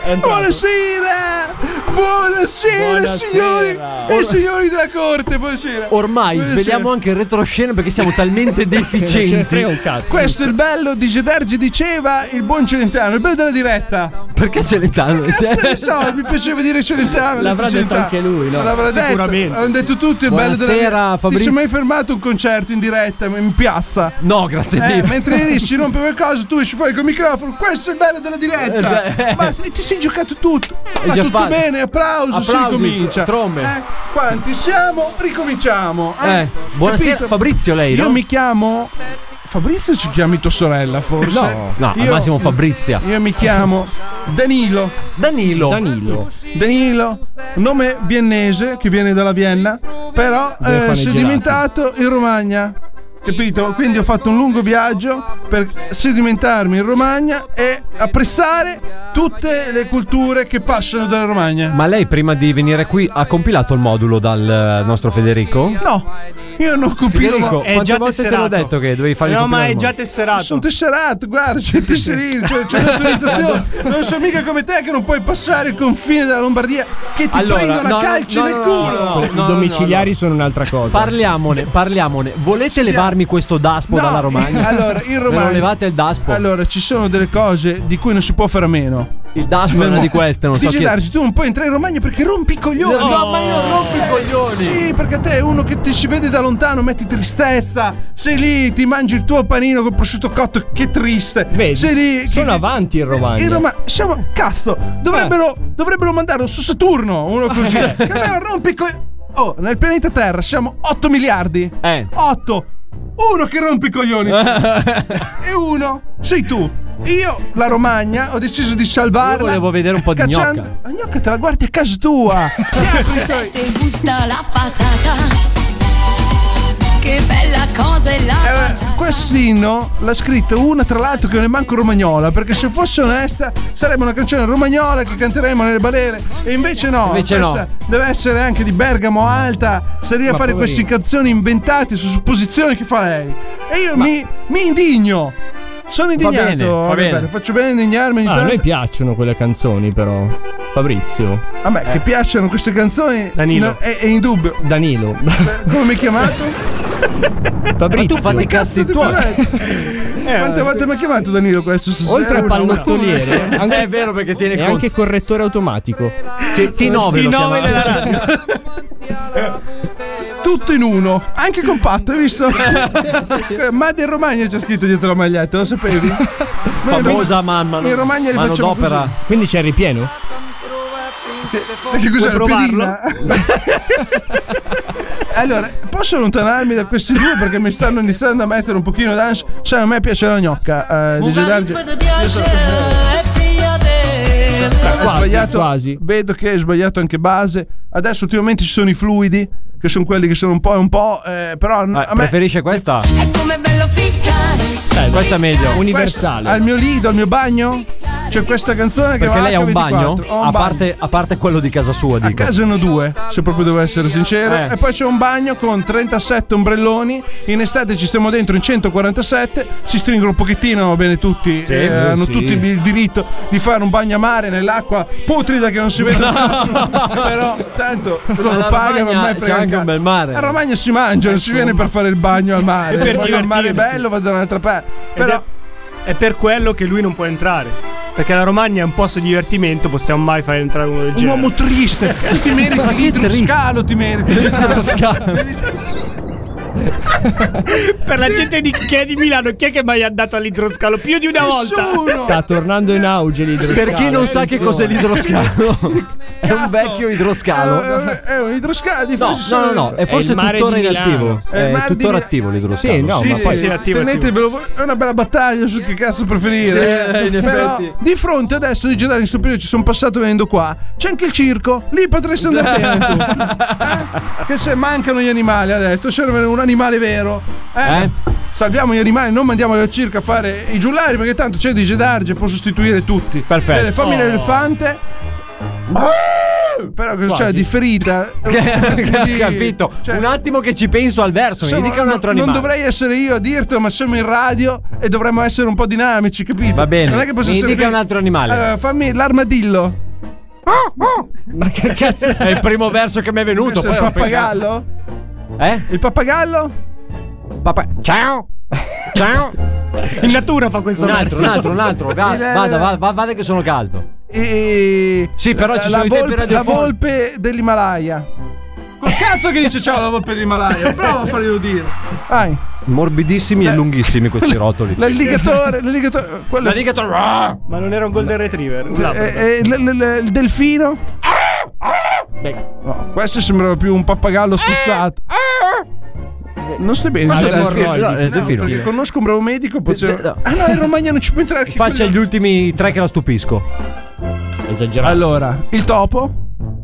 Buonasera signori e signori della corte. Buonasera. Ormai Buonasera. sveliamo anche il retroscena perché siamo talmente Non ce ne deficienti. frega un cazzo. Questo è il bello di Gedergi, diceva il buon Celentano, il bello della diretta. Perché Celentano? Cazzo ne so, mi piaceva dire Celentano. L'avrà detto anche lui, no? L'avrà detto. Sicuramente. Hanno detto tutti il bello della Buonasera, diretta. Ti Fabrizio. sei mai fermato un concerto in diretta in piazza? No, grazie a Dio. Mentre lì ci rompe qualcosa, tu esci fuori col microfono. Questo è il bello della diretta. Ma ti sei giocato tutto. Ma già tutto fatto. bene, applauso, si Applausi, ricomincia. trombe. Quanti siamo? Ricominciamo. Buonasera, Capito? Fabrizio lei, Io no? mi chiamo Fabrizio ci chiami tua sorella, forse? No, al massimo Fabrizia. Io mi chiamo Danilo, nome viennese che viene dalla Vienna, però si è diventato in Romagna. Capito? Quindi ho fatto un lungo viaggio per sedimentarmi in Romagna e apprezzare tutte le culture che passano dalla Romagna. Ma lei prima di venire qui ha compilato il modulo dal nostro Federico? No, io non compilo. Federico, quante volte te l'ho detto che dovevi fare il ma è modulo? già tesserato. Sono tesserato, guarda, c'è il tesserino, c'è l'autorizzazione. Non sono mica come te che non puoi passare il confine della Lombardia, che ti prendono a calci nel culo. I domiciliari sono un'altra cosa. Parliamone. Volete levarmi questo daspo dalla Romagna? Allora, in Romagna. Me lo levate il daspo? Allora, ci sono delle cose di cui non si può fare a meno. Il daspo è una di queste, non so Dici Dargi, tu non puoi entrare in Romagna perché rompi i coglioni. No, ma io rompo i coglioni. Sì, perché te è uno che ti si vede da lontano, metti tristezza. Sei lì, ti mangi il tuo panino col prosciutto cotto, che triste. Vedi, sei lì, sono avanti in Romagna. Siamo, cazzo, dovrebbero mandarlo su Saturno, uno così. Che me rompi i coglioni. Oh, nel pianeta Terra siamo 8 miliardi. 8. Uno che rompe i coglioni. E uno sei tu. Io, la Romagna, ho deciso di salvarla. Io volevo vedere un po' di gnocca. La gnocca te la guardi a casa tua. Ti gusta la patata. Che bella cosa è la patata. Quest'inno l'ha scritto una tra l'altro che non è manco romagnola, perché se fosse onesta sarebbe una canzone romagnola che canteremo nelle balere. E invece no, questa deve essere anche di Bergamo Alta. Stai a fare queste canzoni inventate su supposizioni che fa lei. E io mi indigno. Sono indignato. Va bene. Faccio bene indignarmi. A noi piacciono quelle canzoni, però. Fabrizio. A me che piacciono queste canzoni. Danilo. È indubbio. Danilo. Come mi hai chiamato? Fabrizio. Ma tu fatti i cazzi tuoi. Quante volte mi ha chiamato Danilo questo? Oltre a pallottoliere, è vero perché tiene conto. E anche correttore automatico. T9 della radio. Tutto in uno, anche compatto, hai visto? Ma del Romagna c'è scritto dietro la maglietta, lo sapevi? Famosa mamma. In Romagna li facciamo d'opera. così. Quindi c'è il ripieno? Che cos'è la pedina? Allora, posso allontanarmi da questi due perché mi stanno iniziando a mettere un pochino d'ansia. Sai, a me piace la gnocca. DJ Dargi. Quasi. Vedo che hai sbagliato anche base. Adesso ultimamente ci sono i fluidi, che sono quelli che sono un po', però a me preferisce questa? È come bello ficcare. Questa è meglio. Universale. Al mio lido, al mio bagno c'è questa canzone che perché va lei ha un H24. bagno? Ho un bagno. A parte quello di casa sua, dico. A casa ne ho due, se proprio devo essere sincero. E poi c'è un bagno con 37 ombrelloni. In estate ci stiamo dentro in 147. Si stringono un pochettino, va bene tutti. Hanno tutti il diritto di fare un bagno a mare nell'acqua putrida che non si vede. Però tanto loro pagano, a me frega anche un bel mare. A Romagna si mangia, non si viene per fare il bagno al mare. Poi il mare è bello, vado da un'altra parte. Però è per quello che lui non può entrare. Perché la Romagna è un posto di divertimento, possiamo mai fare entrare uno del genere. Un uomo triste. Tu ti meriti l'idroscalo, ti meriti per la gente che è di Milano, chi è che mai è andato all'idroscalo più di una volta? Sta tornando in auge l'idroscalo. Per chi non sa che cos'è l'idroscalo, è un vecchio idroscalo. È un idroscalo di No, è forse tuttora inattivo. È tuttora attivo l'idroscalo. Sì, no, ma poi sì, attivo. Tenetevelo, è una bella battaglia su che cazzo preferire. Però di fronte adesso di girare in sto periodo ci sono passato venendo qua. C'è anche il circo, lì potresti andare bene tu. Che se mancano gli animali, ha detto, serve un animale vero. Salviamo gli animali, non mandiamo al circo a fare i giullari, perché tanto c'è DJ Darge, può sostituire tutti. Perfetto. Bene, fammi l'elefante. Però cosa c'è di ferita? Capito? Un attimo che ci penso al verso. Mi dica un altro animale. Non dovrei essere io a dirtelo, ma siamo in radio e dovremmo essere un po' dinamici, capito? Va bene. Non è che posso mi dica un altro animale. Allora, fammi l'armadillo. Ma che cazzo? È il primo verso che mi è venuto. Il pappagallo? Il pappagallo? Ciao. In natura fa questo un altro. Vada che sono caldo. Sì, però ci sono i tempi radiofonici. La volpe dell'Himalaya. Col cazzo che dice ciao la volpe dell'Himalaya? Prova a farglielo dire. Vai. Morbidissimi e lunghissimi questi rotoli. L'alligatore. Ma non era un golden retriever. Il delfino. No, questo sembrava più un pappagallo stuzzato. Non stai bene. Questo Del film. perché conosco un bravo medico. Ah no, in Romagna non ci può entrare. Faccia gli ultimi 3 che la stupisco. Esagerato. Allora, il topo.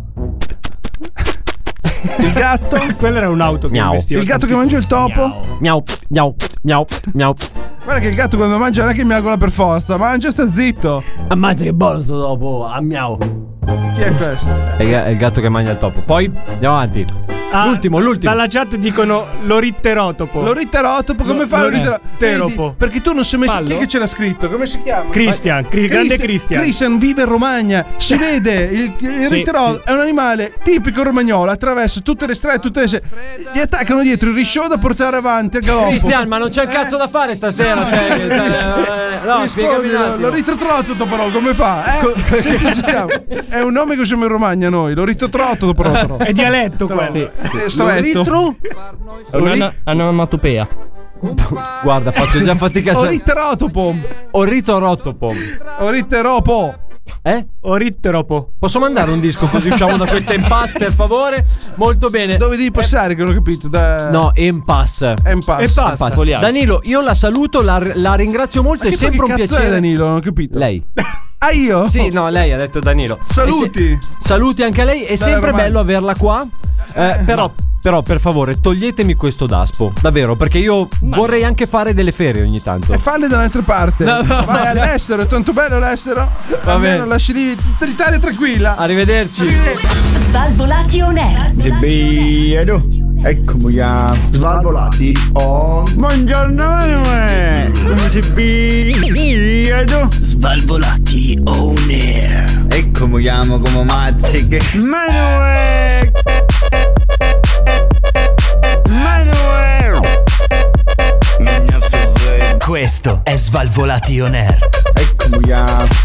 Il gatto. Quello era un'auto che investiva. Il gatto che mangia il topo. Miau, miau, miau, miau. Guarda che il gatto quando mangia non è che miagola per forza. Mangia, sta zitto. Ammazza che buono sto topo. A miau. Chi è questo? È il gatto che mangia il topo. Poi andiamo avanti. L'ultimo. Dalla chat dicono l'oritterotopo. L'oriterotopo, come fa l'oriterotopo? Perché tu non sei mai. Chi è che ce l'ha scritto? Come si chiama? Cristian, grande Cristian. Cristian vive in Romagna. Si vede il oriterotopo è un animale tipico romagnolo. Attraverso tutte le strade, tutte le gli attaccano dietro il risciò da portare avanti al galoppo. Cristian, ma non c'è il cazzo da fare stasera. No, spiegami un attimo. L'oritotrotopo però come fa? Sentiamo. È un nome che usiamo in Romagna noi. L'oritotrotopo. È dialetto quello. Stretto. È un'onomatopea. Guarda, faccio già fatica. Oriterotopo. Oriteropo. Oriteropo. Posso mandare un disco così usciamo da questa impasse, per favore? Molto bene. Dove devi passare che non ho capito? No, impasse. Danilo, io la saluto, la ringrazio molto. È sempre un piacere. Danilo, non ho capito. Lei. Ah, io? Sì, no, lei ha detto Danilo. Saluti. Saluti anche a lei. È sempre bello averla qua. Però per favore toglietemi questo daspo. Davvero, perché io vorrei anche fare delle ferie ogni tanto. E falle dall'altra parte. Vai all'estero, è tanto bello l'estero. Almeno lasci lì l'Italia tranquilla. Arrivederci. Svalvolati on air. Eccomi a Svalvolati on. Buongiorno Manuel. Come si pigliano? Svalvolati on air. Ecco mi chiamo come mazziche. Manuel. Questo è Svalvolati on air. Eccomi a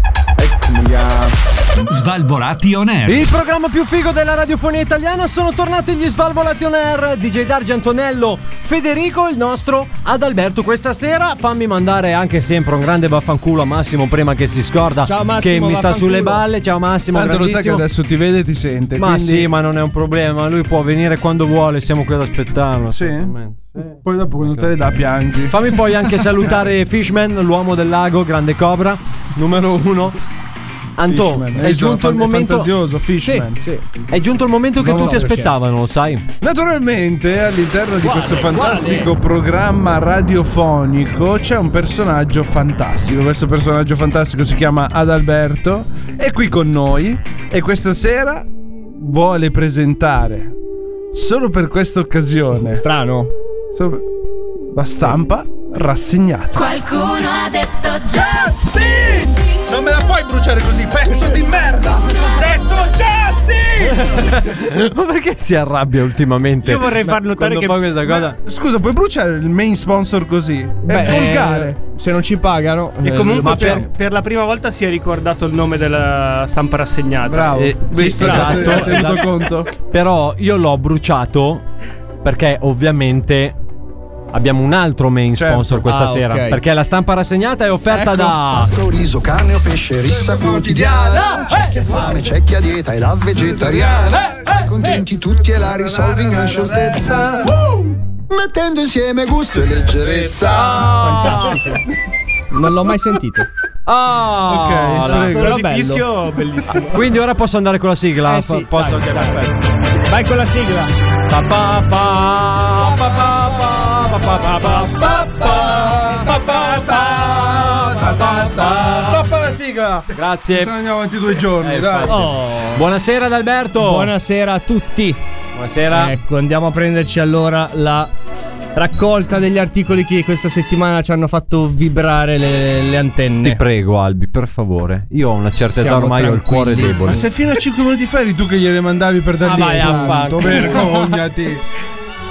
Svalvolati on air. Il programma più figo della radiofonia italiana. Sono tornati gli Svalvolati on air. DJ Dargi, Antonello, Federico, il nostro Adalberto. Questa sera fammi mandare anche sempre un grande vaffanculo a Massimo prima che si scorda. Ciao Massimo, che mi sta sulle balle. Ciao Massimo. Tanto lo sai che adesso ti vede e ti sente. Ma quindi... sì, ma non è un problema. Lui può venire quando vuole. Siamo qui ad aspettarlo. Sì. Poi dopo quando te le dà piangi. Fammi poi anche salutare Fishman, l'uomo del lago, grande cobra, numero 1. Anto, è giunto il momento. Fantasioso, Fishman. Sì. È giunto il momento che tutti aspettavano, lo sai? Naturalmente, all'interno di questo fantastico programma radiofonico c'è un personaggio fantastico. Questo personaggio fantastico si chiama Adalberto. È qui con noi e questa sera vuole presentare, solo per questa occasione, strano, la stampa rassegnata. Qualcuno ha detto Justin! Non me la puoi bruciare così, pezzo di merda! Detto Justin! Ma perché si arrabbia ultimamente? Io vorrei far notare che fa questa cosa. Scusa, puoi bruciare il main sponsor così? È volgare. Se non ci pagano. E comunque per la prima volta si è ricordato il nome della stampa rassegnata. Bravo. Visto, esatto, tenuto conto. Però io l'ho bruciato perché ovviamente abbiamo un altro main sponsor questa sera. Okay. Perché la stampa rassegnata è offerta da Pasto, riso, carne o pesce, rissa quotidiana. C'è chi ha fame, c'è chi ha dieta e la vegetariana. Contenti tutti e la risolvi in gran scioltezza, mettendo insieme gusto e leggerezza. Fantastico. Non l'ho mai sentito. ok, però di fischio bellissimo. Quindi ora posso andare con la sigla? Sì, posso dai, andare, dai. perfetto. Vai con la sigla. Stoppa la sigla. Grazie. Se ne andiamo avanti 2 giorni, dai. Buonasera Adalberto. Buonasera a tutti. Buonasera. Ecco, andiamo a prenderci allora la raccolta degli articoli che questa settimana ci hanno fatto vibrare le antenne. Ti prego Albi, per favore. Io ho una certa età, ormai ho il cuore debole. Ma se fino a 5 minuti fa eri tu che gliele mandavi per dargli vai a santo, vergognati.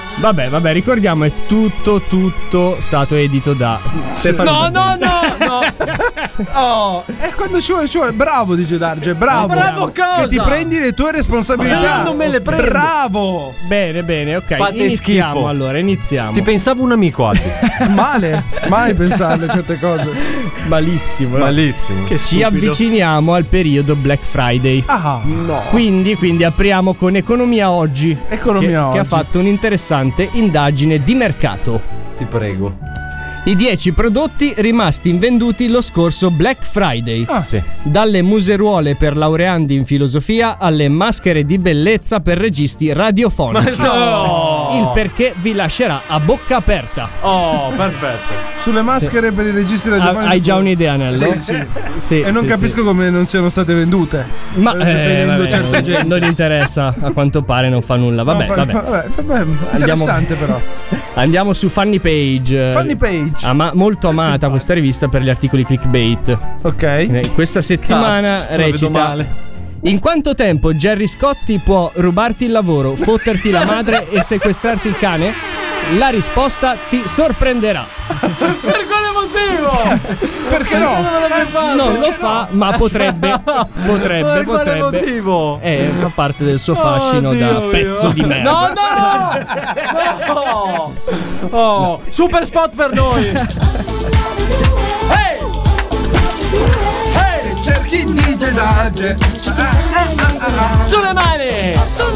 Vabbè, ricordiamo, è tutto stato edito da Stefano. No. Oh, è quando ci vuole. Bravo, dice Darge, bravo. Bravo cosa? Che ti prendi le tue responsabilità. Non me le prendo. Bravo. Bene, ok. Fate Iniziamo schifo. allora, iniziamo. Ti pensavo un amico, Albi. Male, mai pensarle certe cose. Malissimo. no? Malissimo. Che Ci stupido. avviciniamo al periodo Black Friday. Ah, No. Quindi apriamo con Economia Oggi. Economia che ha Oggi. fatto un'interessante indagine di mercato. Ti prego. I 10 prodotti rimasti invenduti lo scorso Black Friday. Sì. Dalle museruole per laureandi in filosofia alle maschere di bellezza per registi radiofonici. Il perché vi lascerà a bocca aperta. Oh, perfetto. Sulle maschere per i registri radiofonici. Hai già un'idea, Nello? Sì. Sì, E non sì, capisco sì. come non siano state vendute. Ma vedendo certe gente. non interessa, a quanto pare non fa nulla. Vabbè. Interessante però. Andiamo su Funny Page. Funny Page. Molto amata questa rivista per gli articoli clickbait. Ok. Questa settimana Cazzo, la vedo recita: male. in quanto tempo Gerry Scotti può rubarti il lavoro, fotterti la madre e sequestrarti il cane? La risposta ti sorprenderà. Per quale motivo? Perché no? Non lo fa, ma potrebbe. Per quale motivo? Fa parte del suo fascino da Oddio pezzo mio. di merda. No! Oh, super spot per noi. Ehi! Cerchi DJ Darge. Sulle mani!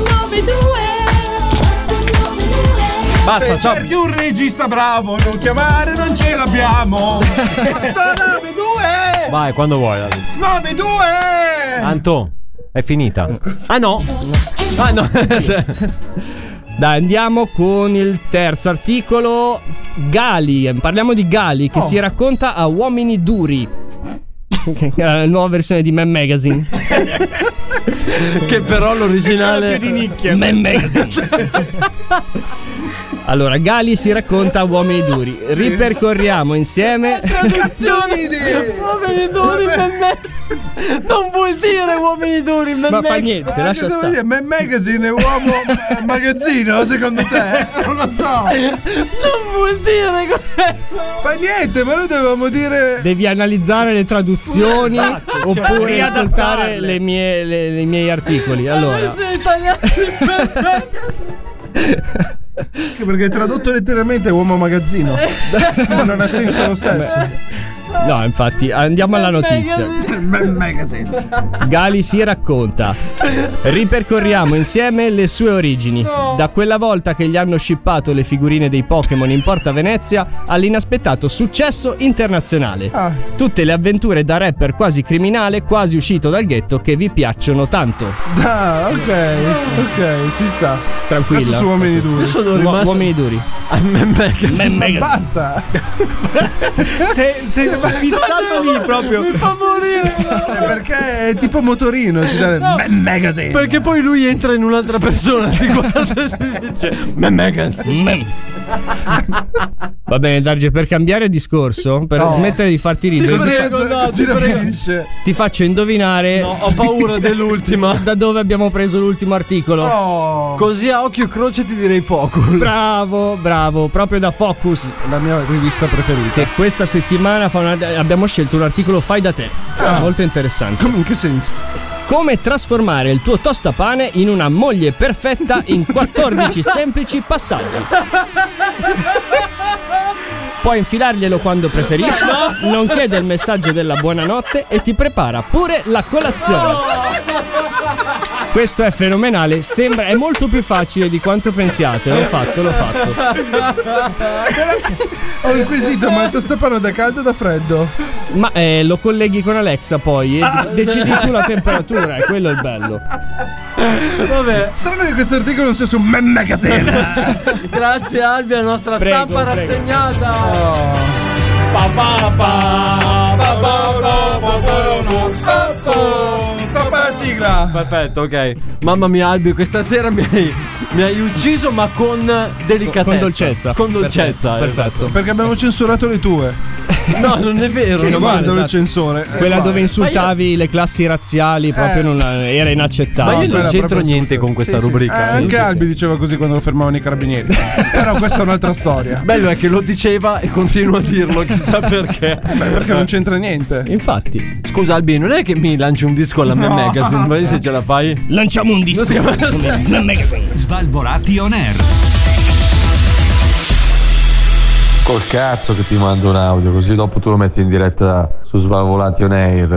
Basta, Se ciao. cerchi un regista bravo, non chiamare, non ce l'abbiamo. 92! Vai, quando vuoi, David. 92! Anto, è finita. Ah no. Ah no. Dai, andiamo con il terzo articolo. Gali. Parliamo di Gali che si racconta a uomini duri. La nuova versione di Man Magazine. Che però l'originale Più di nicchia. Man Magazine. Allora, Gali si racconta a uomini duri. Ripercorriamo insieme. Traduzioni uomini duri non vuol dire uomini duri. Ma fa niente, lascia cosa vuol stare. dire? Man Magazine è uomo magazzino, secondo te? Non lo so. Non vuol dire quello. Fa niente, ma noi dovevamo dire. Devi analizzare le traduzioni oppure riadattarle. ascoltare i miei articoli. Allora, Versione italiana Anche perché tradotto letteralmente è uomo magazzino. Ma non ha senso lo stesso. no, infatti, andiamo alla notizia. Man Magazine. Gali si racconta. Ripercorriamo insieme le sue origini. Da quella volta che gli hanno shippato le figurine dei Pokémon in Porta Venezia all'inaspettato successo internazionale. Tutte le avventure da rapper quasi criminale, quasi uscito dal ghetto, che vi piacciono tanto. Ah, ok, ci sta. Tranquilla. Adesso su uomini duri. Io sono rimasto Uomini duri. Man Magazine. Basta. Sei fissato lì proprio. Mi fa morire. Perché è tipo motorino. Ti dà Man Magazine. Perché poi lui entra in un'altra persona, ti guarda e ti dice Man Magazine. Va bene, Darge, per cambiare discorso, per smettere di farti ridere, Così la finisce. ti faccio indovinare. No, ho paura dell'ultima. Da dove abbiamo preso l'ultimo articolo? Oh, Così a occhio e croce ti direi Focus. Bravo, proprio da Focus. la mia rivista preferita. Che questa settimana abbiamo scelto un articolo fai da te. Molto interessante. Come, in che senso? Come trasformare il tuo tostapane in una moglie perfetta in 14 semplici passaggi. Puoi infilarglielo quando preferisci, nonché del messaggio della buonanotte, e ti prepara pure la colazione. Questo è fenomenale, è molto più facile di quanto pensiate. L'ho fatto. Ho un quesito, ma il tostapane da caldo o da freddo? Ma lo colleghi con Alexa poi e decidi tu la temperatura, è quello il bello. Vabbè. Strano che questo articolo non sia su Man Magazine. Grazie Albi, la nostra Prego, stampa prego. rassegnata. Sta sigla. Perfetto, ok. Mamma mia, Albi, questa sera mi hai ucciso, ma con delicatezza. Con dolcezza. Con dolcezza, perfetto. Perché abbiamo censurato le tue. No, non è vero. Sì, non guarda vale, il censore. Quella dove insultavi le classi razziali proprio non era inaccettabile. Ma io non c'entro niente con questa rubrica. Anche Albi diceva così quando lo fermavano i carabinieri. Però questa è un'altra storia. Bello è che lo diceva e continua a dirlo, chissà perché. Perché non c'entra niente. Infatti. Scusa Albi, non è che mi lanci un disco alla mia Magazine, ma se ce la fai? Lanciamo un disco alla Magazine. Svalvolati on air. Col cazzo che ti mando un audio, così dopo tu lo metti in diretta su Svalvolati on air.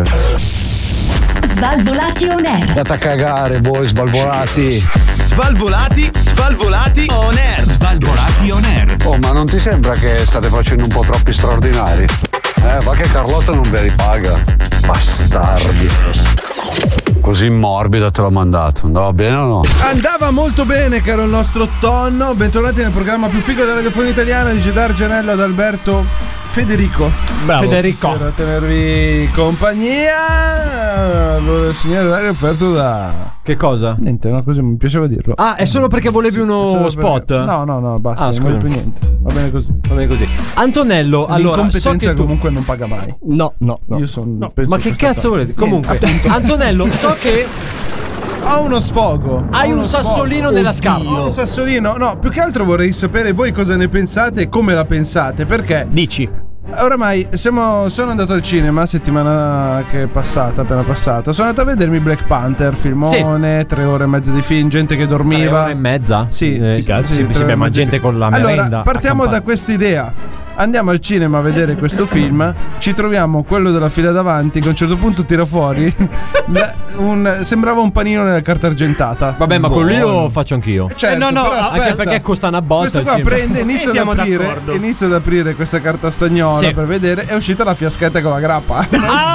Svalvolati on air. Andate a cagare voi svalvolati. Svalvolati on air. Svalvolati on air. Oh, ma non ti sembra che state facendo un po' troppi straordinari? Va che Carlotta non ve li paga. Bastardi. Così morbida te l'ho mandato. Andava bene o no? Andava molto bene, caro il nostro Tonno. Bentornati nel programma più figo della radiofonia italiana. Dice D'Argenello ad Alberto Federico. Bravo. Federico. Per tenervi compagnia. Allora, il signore Dario offerto da... Che cosa? Niente, no, così mi piaceva dirlo. Ah, è solo perché volevi uno spot? No, basta, non voglio più niente. Va bene così. Va bene così. Antonello, allora, l'incompetenza so che tu... comunque non paga mai. No. Io sono Ma che cazzo volete? Comunque, Antonello, so che ho uno sfogo. hai un sassolino nella scarpa. Ho un sassolino. No, più che altro vorrei sapere voi cosa ne pensate e come la pensate. Perché Dici. oramai sono andato al cinema settimana che è passata, appena passata. Sono andato a vedermi Black Panther, filmone, 3 ore e mezza di film, gente che dormiva. 3 ore e mezza? Sì, sti cazzi. Sì, beh, ma gente con la merenda. Allora, partiamo da questa idea. Andiamo al cinema a vedere questo film. Ci troviamo quello della fila davanti che a un certo punto tira fuori sembrava un panino nella carta argentata. Vabbè, ma con lui lo faccio anch'io. Certo, no, però aspetta. Anche perché costa una botta. Questo qua prende, inizia ad aprire questa carta stagnola per vedere. È uscita la fiaschetta con la grappa.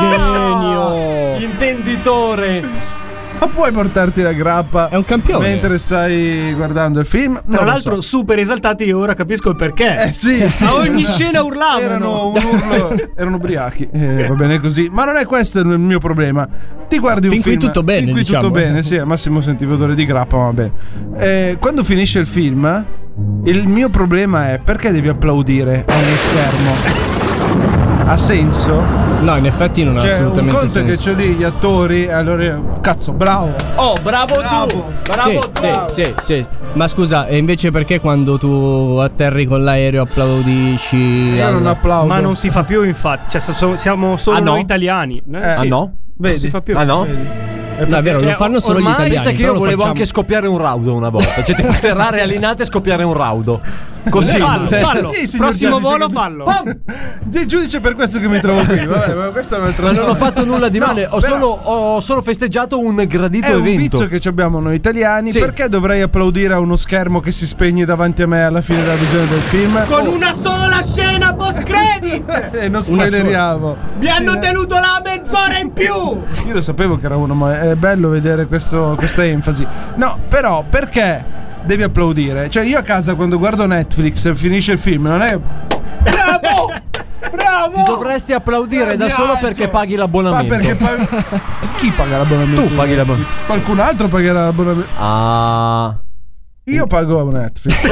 Genio. Intenditore. Ma puoi portarti la grappa? È un campione. Mentre stai guardando il film. Tra l'altro, super esaltati, io ora capisco il perché. Sì. A ogni scena urlavano. Erano ubriachi. Va bene così. Ma non è questo il mio problema. Ti guardi un film. Fin qui tutto bene. Fin qui diciamo. tutto bene, sì. Al massimo sentivo odore di grappa, ma va bene. Quando finisce il film, il mio problema è perché devi applaudire a uno schermo? Ha senso? No, in effetti non ha assolutamente un conto senso. è che c'ho lì gli attori e allora cazzo, bravo. Oh, bravo tu. Bravo tu. Sì. Ma scusa, e invece perché quando tu atterri con l'aereo applaudisci? Io non applaudo. Ma non si fa più, infatti. Cioè, siamo solo noi italiani. Sì. Ah no? Vedi? Non si fa più. Ah no? Vedi? No, è vero, lo fanno solo gli italiani. Pensa che io volevo anche scoppiare un raudo una volta. Cioè, tipo atterrare all'inate e scoppiare un raudo. Così. Fallo. Sì, Prossimo volo, fallo. Il giudice per questo che mi trovo qui. Vabbè, ma questa è un'altra Ma storia. non ho fatto nulla di male. Ho solo festeggiato un gradito È un evento. vizio che abbiamo noi italiani. Sì. Perché dovrei applaudire a uno schermo che si spegne davanti a me alla fine della visione del film? Con una sola scena post credit. E non spoileriamo. Mi hanno tenuto la mezz'ora in più. Io lo sapevo che era uno, ma è bello vedere questa enfasi. No, però perché devi applaudire? Cioè, io a casa quando guardo Netflix e finisce il film, non è bravo! Bravo! Ti dovresti applaudire da solo perché paghi l'abbonamento. Ma perché chi paga l'abbonamento? Tu paghi l'abbonamento. Qualcun altro pagherà l'abbonamento. Ah. Io pago Netflix.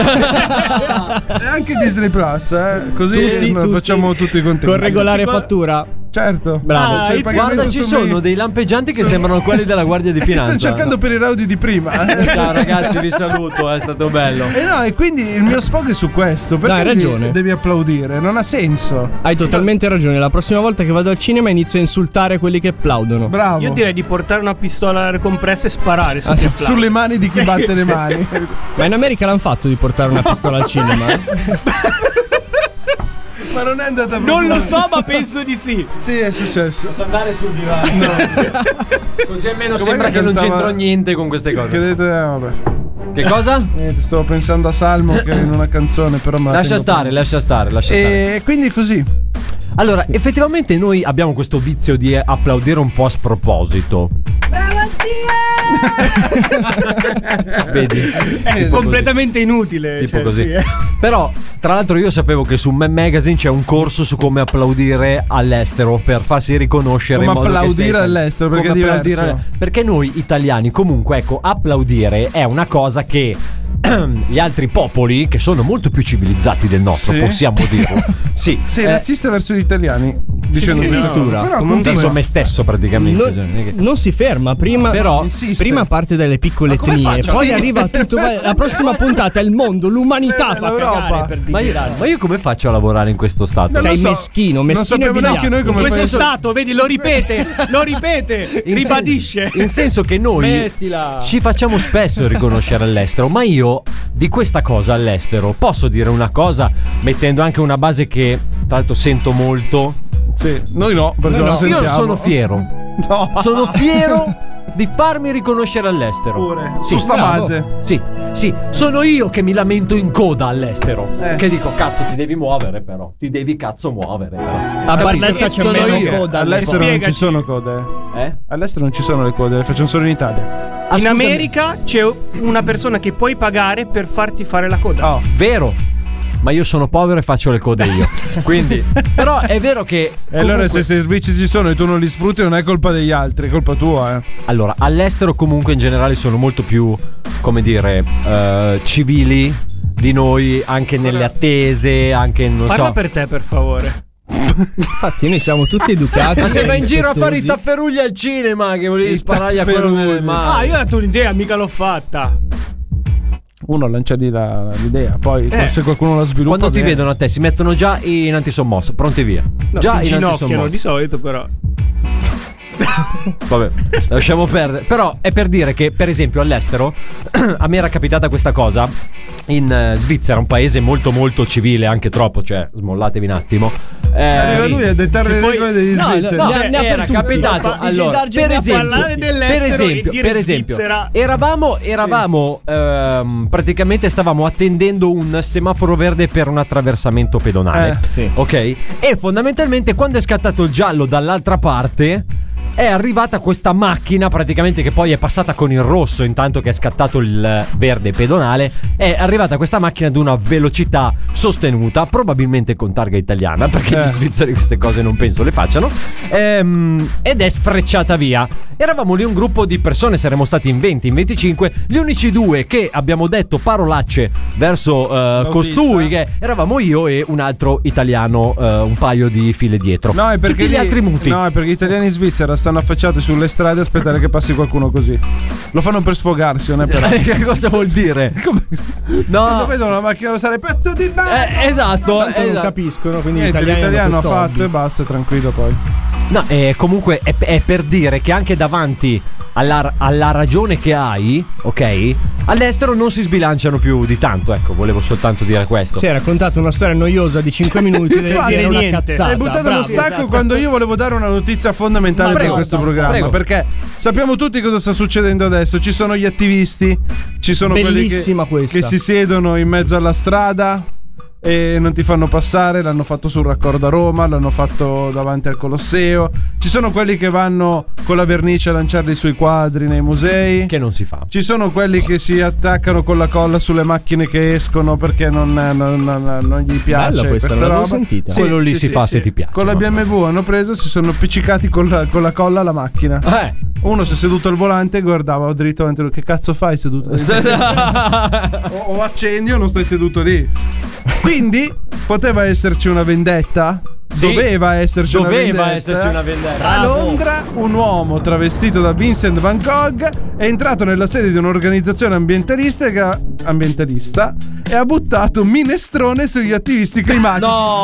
E anche Disney Plus, così facciamo tutti contenti. Con regolare fattura. Certo. Bravo. Cioè, Guarda, ci sono dei lampeggianti che sembrano quelli della Guardia di Finanza. Sto cercando per i raudi di prima. Ciao ragazzi, vi saluto, è stato bello. E quindi il mio sfogo è su questo. Perché hai ragione. Devi applaudire, non ha senso. Hai totalmente ragione. La prossima volta che vado al cinema inizio a insultare quelli che applaudono. Bravo. Io direi di portare una pistola compressa e sparare sulle mani di chi batte le mani. Ma in America l'hanno fatto di portare una pistola al cinema. Ma non è andata proprio. Non lo so, ma penso di sì. Sì, è successo. Posso andare sul divano? No. Così almeno sembra che non c'entro niente con queste cose. Che dite, vabbè. Che cosa? Niente, stavo pensando a Salmo che è in una canzone, però lascia stare. E quindi così. Allora, effettivamente noi abbiamo questo vizio di applaudire un po' a sproposito. Brava zia! Vedi? È completamente inutile. Tipo cioè, così. sì. Però, tra l'altro, io sapevo che su Mad Magazine c'è un corso su come applaudire all'estero per farsi riconoscere. Come in modo applaudire che all'estero, perché è diverso. Perché noi italiani, comunque, ecco, applaudire è una cosa che gli altri popoli, che sono molto più civilizzati del nostro, Sì? possiamo dirlo. Sì. Sei razzista verso gli italiani, dicendo addirittura. Però Comunque comunque- sono me stesso praticamente. Non si ferma, prima parte dalle piccole come etnie, faccio? poi arriva tutto. La prossima puntata è il mondo, l'umanità fa l'Europa. cagare per digirare. Ma io come faccio a lavorare in questo stato? Sei meschino e sappiamo neanche noi come Questo fai. stato, vedi, lo ripete, ribadisce. In senso che noi Smettila. ci facciamo spesso riconoscere all'estero, ma io di questa cosa all'estero posso dire una cosa mettendo anche una base che tra l'altro sento molto. Sì, noi no, perché No, non io sentiamo. sono fiero. No. Sono fiero di farmi riconoscere all'estero. Pure. Sì, Su sta bravo. base. Sì, sono io che mi lamento in coda all'estero. Che dico, cazzo, ti devi muovere però. Ti devi cazzo muovere però. A Capito? Barletta c'è Sono meno io. coda. All'estero non ci Spiegaci. sono code. All'estero non ci sono le code, le facciamo solo in Italia. Ah, In scusami. America c'è una persona che puoi pagare per farti fare la coda. Oh. Vero. Ma io sono povero e faccio le code io. Quindi, però è vero che. E allora comunque- se i servizi ci sono e tu non li sfrutti non è colpa degli altri, è colpa tua, Allora, all'estero comunque in generale sono molto più, come dire, civili di noi, anche nelle attese, anche non Parla so. per te, per favore. Infatti, noi siamo tutti educati. Ma se e vai in giro a fare i rispettosi. tafferugli al cinema, che volevi sparargli a quello nelle Ah, mani. io ho dato un'idea, mica l'ho fatta. Uno lancia lì l'idea, poi se qualcuno la sviluppa. Quando ti bene. vedono a te, si mettono già in antisommossa, pronti via. No, già si in inginocchiano antisommossa. di solito, però. Vabbè, lasciamo perdere. Però è per dire che, per esempio, all'estero a me era capitata questa cosa. In Svizzera, un paese molto molto civile, anche troppo, cioè smollatevi un attimo. Arriva lui a dettare le regole degli svizzeri. No, Ne ha era per tutti. capitato. Dice Allora, Dargen per ne ha esempio, parlare dell'estero e dire Svizzera. eravamo praticamente stavamo attendendo un semaforo verde per un attraversamento pedonale. Sì. Ok? E fondamentalmente quando è scattato il giallo dall'altra parte è arrivata questa macchina praticamente che poi è passata con il rosso intanto che è scattato il verde pedonale. È arrivata questa macchina ad una velocità sostenuta, probabilmente con targa italiana, perché gli svizzeri queste cose non penso le facciano, ed è sfrecciata via. Eravamo lì un gruppo di persone, saremmo stati in 20, in 25. Gli unici due che abbiamo detto parolacce verso costui, che eravamo io e un altro italiano, un paio di file dietro. No, è perché tutti gli altri muti. No, è perché gli italiani in Svizzera stanno affacciati sulle strade a aspettare che passi qualcuno così. Lo fanno per sfogarsi, non è per. Che cosa vuol dire? Quando vedono la macchina passare, pezzo di merda! Esatto, Tanto non esatto. capiscono, quindi Niente, l'italiano l'italiano ha questo fatto hobby. e basta, tranquillo poi. No, comunque è per dire che anche davanti alla ragione che hai, ok? All'estero non si sbilanciano più di tanto, ecco, volevo soltanto dire questo. Si è raccontato una storia noiosa di 5 minuti, devi Infatti, dire una niente. cazzata. Hai buttato bravo. lo stacco quando io volevo dare una notizia fondamentale Ma prego, per questo no, programma. prego. Perché sappiamo tutti cosa sta succedendo adesso. Ci sono gli attivisti, ci sono Bellissima quelli questa. che si siedono in mezzo alla strada e non ti fanno passare. L'hanno fatto sul raccordo a Roma, l'hanno fatto davanti al Colosseo. Ci sono quelli che vanno con la vernice a lanciarli sui quadri nei musei. Che non si fa. Ci sono quelli che si attaccano con la colla sulle macchine che escono perché non gli piace. Bella questa, non l'avevo sentita. Quello lì si fa se ti piace, Con la vabbè. BMW hanno preso, si sono appiccicati con la colla alla macchina. Uno si è seduto al volante e guardava dritto avanti. Che cazzo fai seduto lì? o accendi o non stai seduto lì. Quindi poteva esserci una vendetta. Sì. Doveva esserci una vendetta. A Londra un uomo travestito da Vincent Van Gogh è entrato nella sede di un'organizzazione ambientalista e ha buttato minestrone sugli attivisti climatici. No!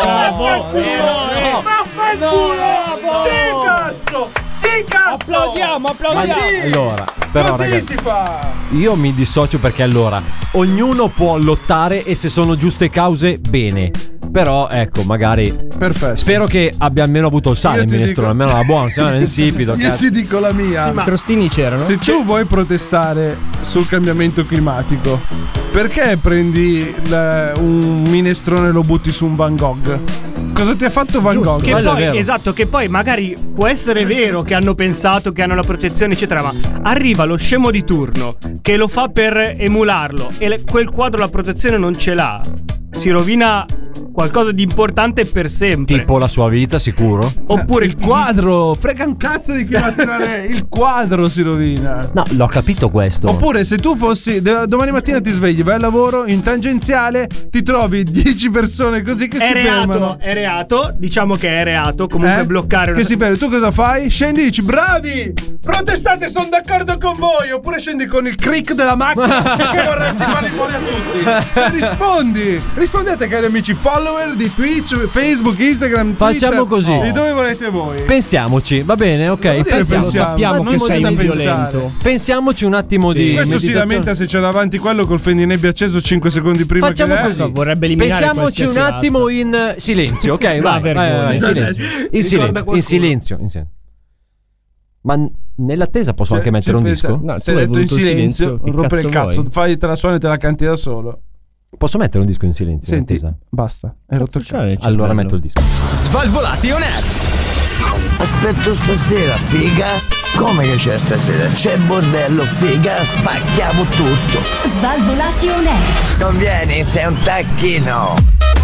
Sì, cazzo! Sì, cazzo! Applaudiamo. Allora, però Così ragazzi, si fa! io mi dissocio perché allora ognuno può lottare e se sono giuste cause bene. Però ecco, magari. Perfetto. Spero che abbia almeno avuto il sale il minestrone, almeno la buona, se no è insipido. Io ti dico la mia. Sì, ma i crostini c'erano. Se tu vuoi protestare sul cambiamento climatico, perché prendi un minestrone e lo butti su un Van Gogh? Cosa ti ha fatto Van Gogh? Che poi, esatto, che poi magari può essere vero che hanno pensato che hanno la protezione, eccetera, ma arriva lo scemo di turno che lo fa per emularlo e quel quadro la protezione non ce l'ha. Si rovina qualcosa di importante per sempre. Tipo la sua vita, sicuro. Oppure il quadro. Frega un cazzo di chi va a tirare. Il quadro si rovina. No, l'ho capito questo. Oppure se tu fossi domani mattina ti svegli, vai al lavoro, in tangenziale ti trovi 10 persone così che si fermano. È reato, diciamo che è reato. Comunque bloccare una... Che si ferma. Tu cosa fai? Scendi e dici bravi, protestate, sono d'accordo con voi. Oppure scendi con il crick della macchina che vorresti farli fuori a tutti. Rispondete, cari amici follower di Twitch, Facebook, Instagram, Twitter. Facciamo così. Di dove volete voi? Pensiamoci, va bene, ok. Sappiamo che sei un violento. Pensiamoci un attimo di Questo si lamenta se c'è davanti quello col fendinebbia acceso 5 secondi prima. Facciamo che così. Vorrebbe eliminare. Pensiamoci un attimo in silenzio, ok? Vai, in silenzio. Ma nell'attesa posso anche mettere un disco? No, sei detto in silenzio. Rompere il cazzo, fai te la suoni e te la canti da solo. Posso mettere un disco in silenzio? Senti, basta. Hai rotto il cazzo. Allora metto il disco. Svalvolati on air. Aspetto stasera, figa. Come che c'è stasera? C'è bordello, figa. Spacchiamo tutto. Svalvolati on air. Non vieni, sei un tacchino.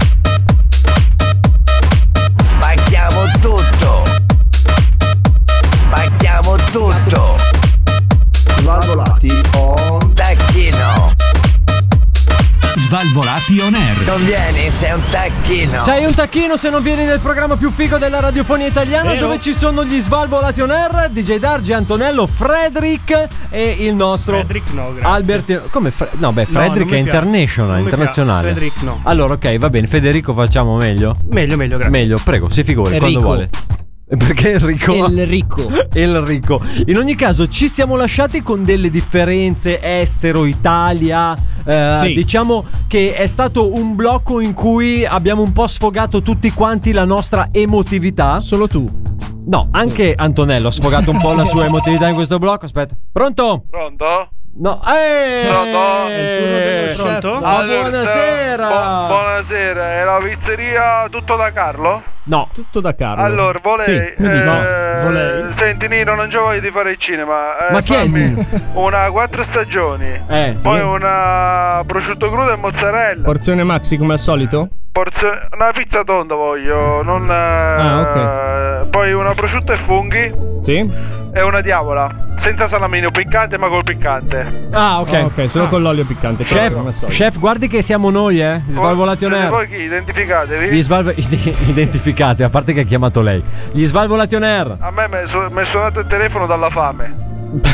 Spacchiamo tutto. Spacchiamo tutto. Svalvolati on tacchino. Svalvolati on air. Non vieni, sei un tacchino. Sei un tacchino se non vieni nel programma più figo della radiofonia italiana, dove ci sono gli Svalvolati on air, DJ Dargi, Antonello, Frederick e il nostro Frederick no, grazie. Albert. Come Frederick è internazionale. Frederick no. Allora, ok, va bene. Federico facciamo meglio? Meglio, grazie. Meglio, prego, si figuri quando vuole. Perché Enrico? Enrico. In ogni caso ci siamo lasciati con delle differenze estero-Italia. Sì. Diciamo che è stato un blocco in cui abbiamo un po' sfogato tutti quanti la nostra emotività. Solo tu? No, anche Antonello ha sfogato un po' la sua emotività in questo blocco. Aspetta. Pronto? No, Pronto? Il turno dello chef. Buonasera. Buonasera, è la pizzeria Tutto da Carlo? No, tutto da Carlo. Allora, volei. Sì, volei. Senti, Nino, non c'ho voglia di fare il cinema. Ma chi è fammi una 4 stagioni. Poi una prosciutto crudo e mozzarella. Porzione maxi come al solito? Una pizza tonda voglio. Non. Ok. Poi una prosciutto e funghi. Sì. E una diavola. Senza salamino piccante, ma col piccante. Ah, ok. Ok, solo con l'olio piccante. Chef, guardi che siamo noi, Gli Svalvolati on air. Voi chi? Identificatevi. Identificate, a parte che ha chiamato lei. Gli Svalvolati on air. A me mi è suonato il telefono dalla fame.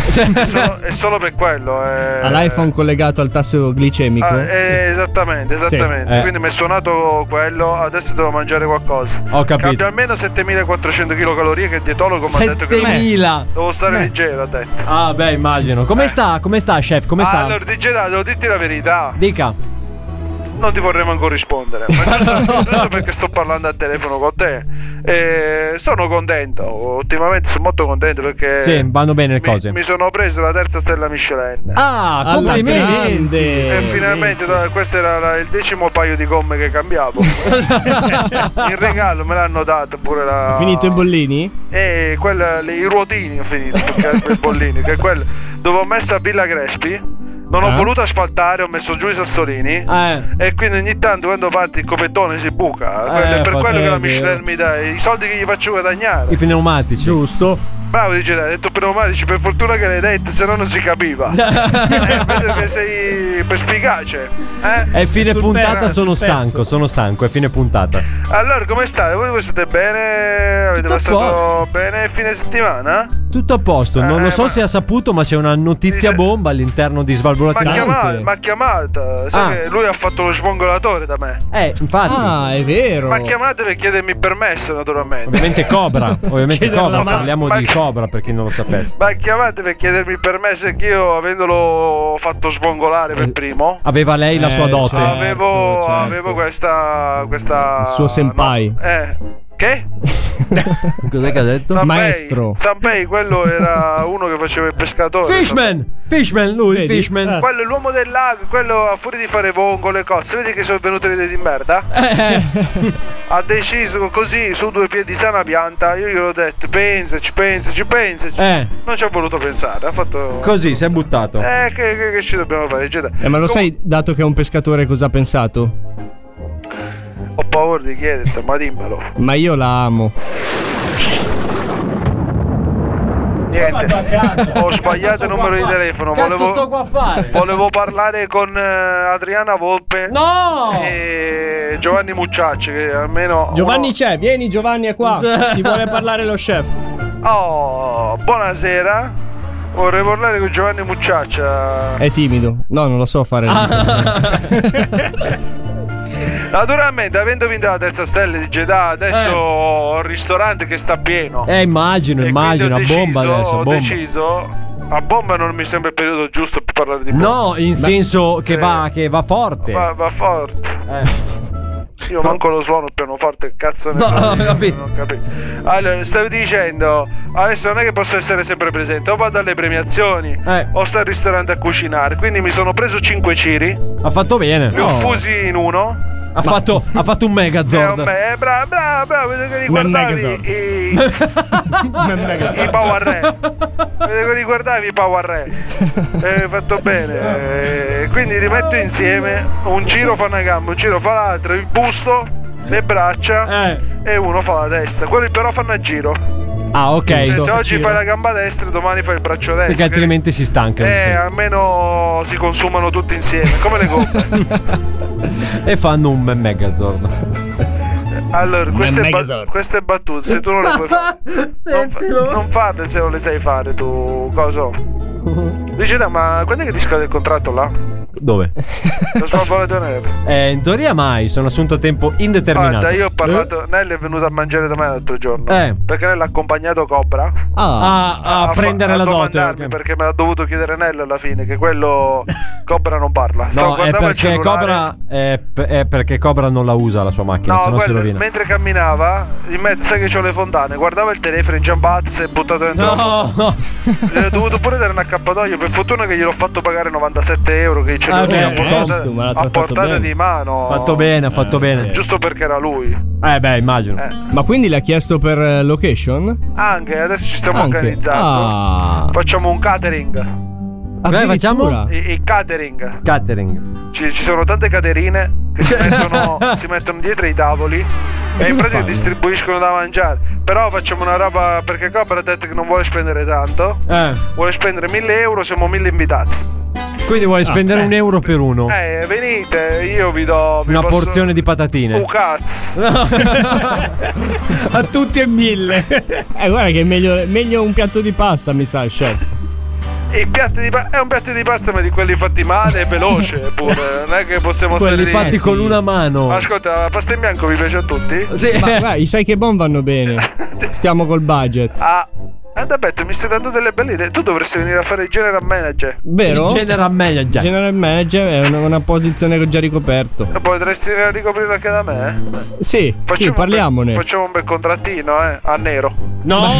È solo per quello. L'iPhone collegato al tasso glicemico? Sì. Esattamente. Sì. Quindi mi è suonato quello. Adesso devo mangiare qualcosa. Ho capito. Cambia almeno 7400 kcal che il dietologo mi ha detto che 7000. Devo stare leggero, ha detto. Ah, beh, immagino. Come sta, chef? Come sta? Allora, DJ Da, devo dirti la verità. Dica. Non ti vorrei manco rispondere. Perché sto parlando al telefono con te. Sono contento. Ultimamente sono molto contento perché sì, vanno bene le cose. Mi sono preso la 3ª stella Michelin. Ah, complimenti. E finalmente questo era il 10° paio di gomme che cambiavo. In regalo me l'hanno dato pure la. Hai finito i bollini? E i ruotini ho finito. Perché i bollini. Che è quello dove ho messo a Villa Crespi. Non ho voluto asfaltare, ho messo giù i sassolini. E quindi ogni tanto quando parti il copettone si buca. È per quello che la Michelin mi dà i soldi che gli faccio guadagnare. I pneumatici. Giusto. Bravo, dice, hai detto pneumatici, per fortuna che l'hai detto, se no non si capiva. Vedo che sei perspicace. È fine puntata, sono stanco, è fine puntata. Allora, come state? Voi state bene? Avete passato bene il fine settimana? Tutto a posto, non lo so se ha saputo, ma c'è una notizia bomba all'interno di Svalvolati. Ma chiamata, sai che lui ha fatto lo svongolatore da me. Infatti. Ah, è vero. Ma chiamate per chiedermi permesso, naturalmente. Ovviamente Cobra, parliamo di Cobra per chi non lo sapesse. Ma chiamate per chiedermi permesso che io, avendolo fatto svongolare per primo, aveva lei la sua dote. Avevo questa il suo senpai. Che? Cos'è che ha detto? Maestro. Sanpei, quello era uno che faceva il pescatore. Fishman, lui, vedi? Fishman. Quello è l'uomo del lago, quello a furia di fare vongole e cose. Vedi che sono venute le idee di merda? Ha deciso così, su due piedi sana pianta. Io gliel'ho detto, pensaci. Non ci ha voluto pensare, ha fatto così, si è buttato. Che ci dobbiamo fare? Ma lo sai, dato che è un pescatore, cosa ha pensato? Ho paura di chiederti, ma dimmelo. Ma io la amo. Niente, ho sbagliato il numero di telefono. Volevo parlare con Adriana Volpe e Giovanni Mucciacci, che almeno Giovanni c'è, vieni Giovanni, è qua. Ti vuole parlare lo chef. Oh, buonasera. Vorrei parlare con Giovanni Mucciaccia. È timido. No, non lo so fare. Naturalmente, avendo vinto la terza stella di Jeddah, adesso ho il ristorante che sta pieno. Immagino, a bomba adesso. Ho deciso. A bomba non mi sembra il periodo giusto per parlare di bomba. No, in senso che va forte. Va forte. Io manco lo suono il pianoforte, cazzo ne non capito. Allora, stavi dicendo, adesso non è che posso essere sempre presente, o vado alle premiazioni o sto al ristorante a cucinare, quindi mi sono preso 5 ciri. Ha fatto bene. Li ho fusi in uno. Ha fatto un Megazord. Bravo, vedo che riguardavi i Power Re. Vedo che riguardavi i Power Re. Hai fatto bene. Quindi rimetto insieme, un giro fa una gamba, un giro fa l'altra, il busto, le braccia e uno fa la testa. Quelli però fanno a giro. Ah, ok. Se oggi fai la gamba destra, domani fai il braccio destro. Perché altrimenti si stancano. Almeno si consumano tutti insieme, come le gomme. E fanno un Megazord. Allora, queste battute, se tu non le puoi fare, non farle se non le sai fare, tu cosa? Dice, ma quando è che ti scade il contratto là? Dove? Lo Svalvolati Nero. In teoria mai, sono assunto a tempo indeterminato. Guarda, io ho parlato, Nelly è venuta a mangiare da me l'altro giorno. Perché Nelly ha accompagnato Cobra a prendere la dote. Perché me l'ha dovuto chiedere Nelly alla fine, che quello Cobra non parla. No, è perché Cobra è perché Cobra non la usa la sua macchina, sennò si rovina. Mentre camminava, in mezzo, sai che c'ho le fontane, guardava il telefono in giambazze e buttato dentro. No. Gli ho dovuto pure dare un accappatoio, per fortuna che gliel'ho fatto pagare 97 euro che ce l'ho a portata di mano. Ha fatto bene. Giusto perché era lui. Immagino. Ma quindi l'ha chiesto per location? Anche, adesso ci stiamo organizzando. Facciamo un catering. Facciamo il catering. Ci sono tante caterine che si mettono dietro ai tavoli e in pratica distribuiscono da mangiare. Però facciamo una roba, perché Cobra ha detto che non vuole spendere tanto. Vuole spendere 1.000 euro, siamo 1.000 invitati. Quindi vuoi spendere €1 per uno? Venite, io vi do una porzione di patatine. Cazzo. A tutti e 1.000. Guarda che è meglio un piatto di pasta, mi sa, chef. Il piatto di pasta è un piatto di pasta, ma di quelli fatti male e veloce pure. Non è che possiamo quelli fatti con una mano. Ma ascolta, la pasta in bianco vi piace a tutti? Sì. Ma vai, i sai che bon vanno bene. Stiamo col budget. Vabbè, mi stai dando delle belle idee. Tu dovresti venire a fare il general manager. Vero? General manager è una posizione che ho già ricoperto. Potresti venire a ricoprirla anche da me? Sì, parliamone. Facciamo un bel contrattino, a nero. No.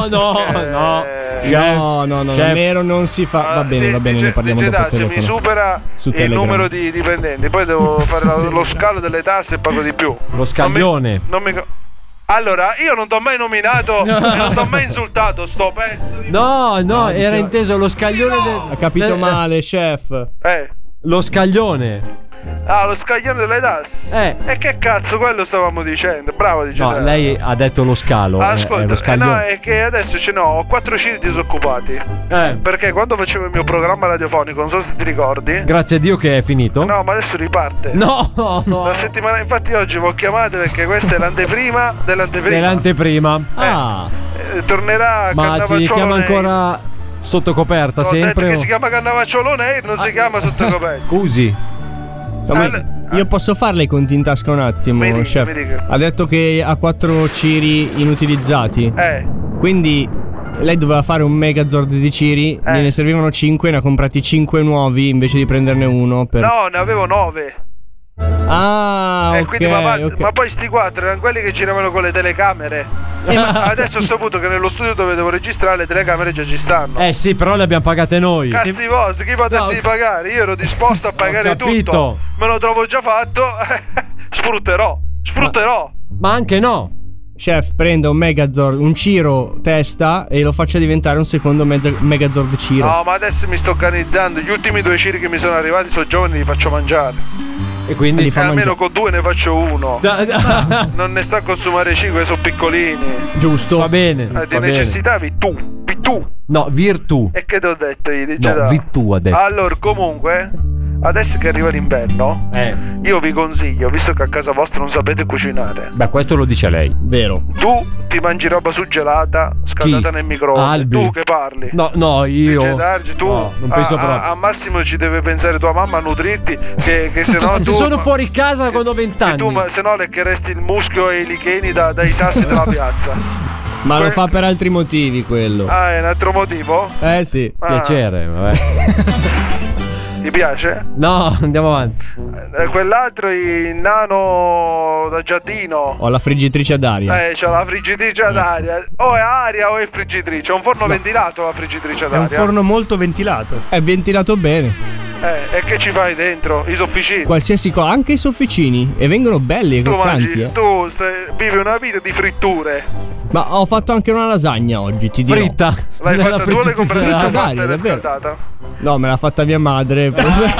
Nero non si fa. Va bene, ne parliamo dopo il telefono. Se mi supera il numero di dipendenti, poi devo fare lo scalo delle tasse e pago di più. Lo scaglione. Allora, io non t'ho mai nominato, non t'ho mai insultato, sto pezzo di... No, era inteso lo scaglione Ha capito male, chef. Lo scaglione. Lo scaglione delle tasse. E che cazzo, quello stavamo dicendo. Bravo, dicendo. No, lei ha detto lo scalo. Ascolta, lo scaglione. è che adesso ho 4 ciri disoccupati. Perché quando facevo il mio programma radiofonico, non so se ti ricordi. Grazie a Dio che è finito. No, ma adesso riparte. No. La settimana, infatti oggi vi ho chiamato perché questa è l'anteprima dell'anteprima. Dell'anteprima. tornerà Ma Cannavacciolo si chiama On Air. ancora sotto coperta, Ho sempre? detto che si chiama Cannavacciolo On Air, non si chiama sotto coperta. Scusi. Io posso farle i conti in tasca un attimo, Mi dica, chef? mi dica. Ha detto che ha 4 ciri inutilizzati. Quindi lei doveva fare un Megazord di ciri, ne servivano 5, ne ha comprati 5 nuovi invece di prenderne uno per... No, ne avevo 9. Ah, ok, quindi, ma poi sti 4 erano quelli che giravano con le telecamere. Adesso ho saputo che nello studio dove devo registrare le telecamere già ci stanno. Sì, però le abbiamo pagate noi. Cazzi vostri, chi potete pagare? Io ero disposto a pagare capito. tutto. Me lo trovo già fatto. Sfrutterò. Ma anche no. Chef, prenda un Megazord, un Ciro testa e lo faccia diventare un secondo Megazord Ciro. No, ma adesso mi sto organizzando. Gli ultimi 2 ciri che mi sono arrivati sono giovani, li faccio mangiare. E quindi almeno con 2 ne faccio 1. Non ne sto a consumare 5, sono piccolini. Giusto. Va bene. Di necessità virtù. No, virtù. E che ti ho detto io? No, virtù ha detto. Allora, comunque, adesso che arriva l'inverno, io vi consiglio, visto che a casa vostra non sapete cucinare. Beh, questo lo dice lei. Vero. Tu ti mangi roba suggelata, scaldata nel microonde. Albi. Tu che parli. No, io. Tu no, non penso proprio. Al massimo ci deve pensare tua mamma a nutrirti. Che se no se tu. sono fuori casa quando ho 20 anni. Tu, se no, leccheresti il muschio e i licheni dai sassi della piazza. Ma lo fa per altri motivi quello. Ah, è un altro motivo? Sì. Piacere, vabbè. Ti piace? No, andiamo avanti. Quell'altro, il nano da giardino. Ho la friggitrice ad aria. C'ho la friggitrice ad aria. O è aria o è friggitrice. È un forno ventilato la friggitrice ad È aria. un forno molto ventilato. È ventilato bene. E che ci fai dentro? I sofficini? Qualsiasi cosa, anche i sofficini. E vengono belli e Tu croccanti. mangi, tu vivi una vita di fritture. Ma ho fatto anche una lasagna oggi, ti dirò. Fritta. L'hai fatta tu o l'hai comprata fritta da d'aria, davvero. scaldata? No, me l'ha fatta mia madre.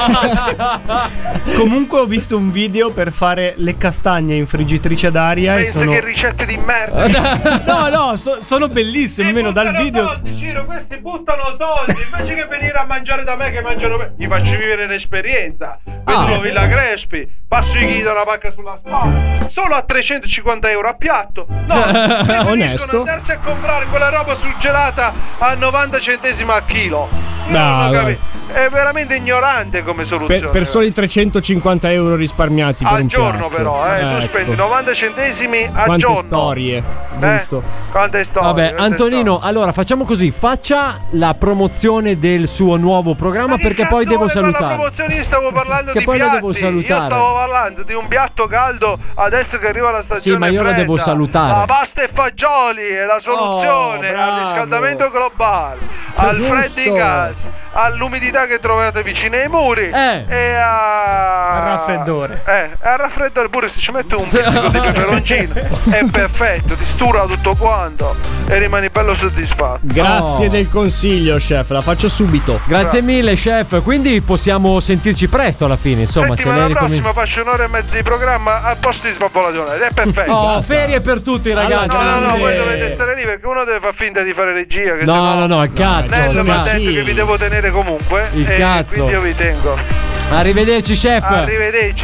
Comunque ho visto un video per fare le castagne in friggitrice ad aria. Pensa e sono... che ricette di merda. No, sono bellissime. Almeno dal video. Soldi, Ciro, questi buttano soldi. Invece che venire a mangiare da me che mangiano me, gli faccio vivere l'esperienza. Vedo Villa Crespi, passo i ghi da una pacca sulla spalla. Solo a 350 euro a piatto. No, preferiscono andarsi a comprare quella roba surgelata a 90 centesimi al chilo. È veramente ignorante come soluzione. Per soli 350 euro risparmiati per al un giorno piatto. però, tu spendi 90 centesimi al Quante giorno. storie, giusto? Quante storie. Vabbè, Antonino, allora facciamo così: faccia la promozione del suo nuovo programma, perché poi devo salutare. La promozione, io stavo parlando che di poi piatti. la devo salutare. Io stavo parlando di un piatto caldo adesso che arriva la stagione. Sì, ma io la devo salutare. La pasta e fagioli è la soluzione al riscaldamento globale, al freddo in casa, all'umidità che trovate vicino ai muri e al raffreddore. Al raffreddore pure se ci mette un pizzico di peperoncino è perfetto, ti stura tutto quanto e rimani bello soddisfatto. Grazie del consiglio, chef, la faccio subito. Grazie mille, chef. Quindi possiamo sentirci presto alla fine. Insomma, settimana prossima faccio un'ora e mezza di programma al posto di Sbabolazione. È perfetto. Oh, ferie per tutti, ragazzi. No, voi dovete stare lì perché uno deve far finta di fare regia. Che No, il cazzo. Nello mi ha detto che vi devo tenere comunque. Il cazzo. Quindi io vi tengo. Arrivederci, chef. Arrivederci.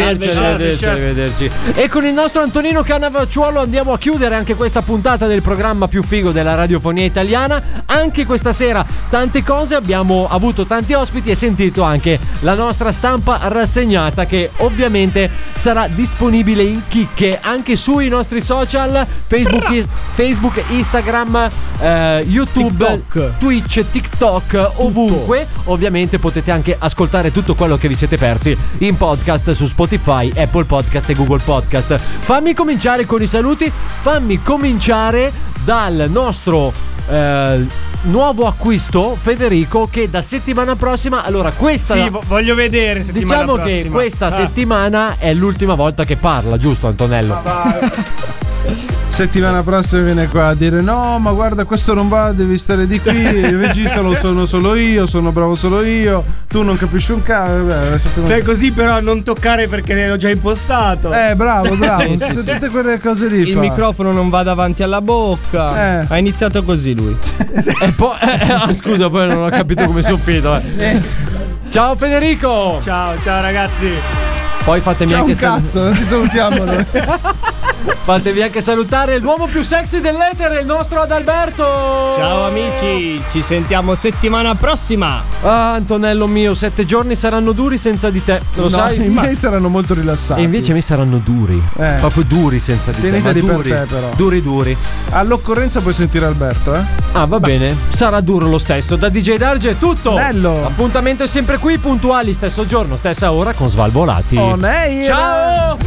E con il nostro Antonino Cannavacciuolo andiamo a chiudere anche questa puntata del programma più figo della radiofonia italiana. Anche questa sera tante cose, abbiamo avuto tanti ospiti e sentito anche la nostra stampa rassegnata, che ovviamente sarà disponibile in chicche anche sui nostri social Facebook, Instagram, YouTube, TikTok. Twitch, TikTok, ovunque. Ovviamente potete anche ascoltare tutto quello che vi siete persi in podcast su Spotify, Apple Podcast e Google Podcast. Fammi cominciare con i saluti. Fammi cominciare dal nostro nuovo acquisto, Federico, che da settimana prossima, allora questa sì, voglio vedere settimana diciamo prossima. che questa settimana è l'ultima volta che parla, giusto Antonello? Settimana prossima viene qua a dire no, ma guarda, questo non va, devi stare di qui, il regista lo sono solo io, sono bravo solo io, tu non capisci un cazzo. Cioè così però non toccare perché l'ho già impostato. Bravo, Sì. tutte quelle cose lì. Il microfono non va davanti alla bocca. Ha iniziato così lui. E poi scusa, poi non ho capito come sono finito. Ciao Federico. Ciao ragazzi. Poi fatemi ciao anche un cazzo, non ti salutiamo noi. Fatevi anche salutare l'uomo più sexy dell'etere, il nostro Adalberto. Ciao amici, ci sentiamo settimana prossima. Ah, Antonello mio, 7 giorni saranno duri senza di te, lo sai? I miei saranno molto rilassati. E invece mi saranno duri, proprio duri senza di te. Teneteli per Duri. te però. Duri. All'occorrenza puoi sentire Alberto, Ah, va bene, sarà duro lo stesso. Da DJ Darge è tutto. Bello. Appuntamento è sempre qui, puntuali, stesso giorno, stessa ora con Svalvolati. On air. Ciao.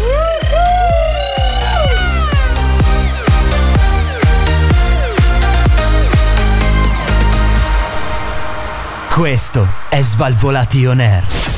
Questo è Svalvolati On Air.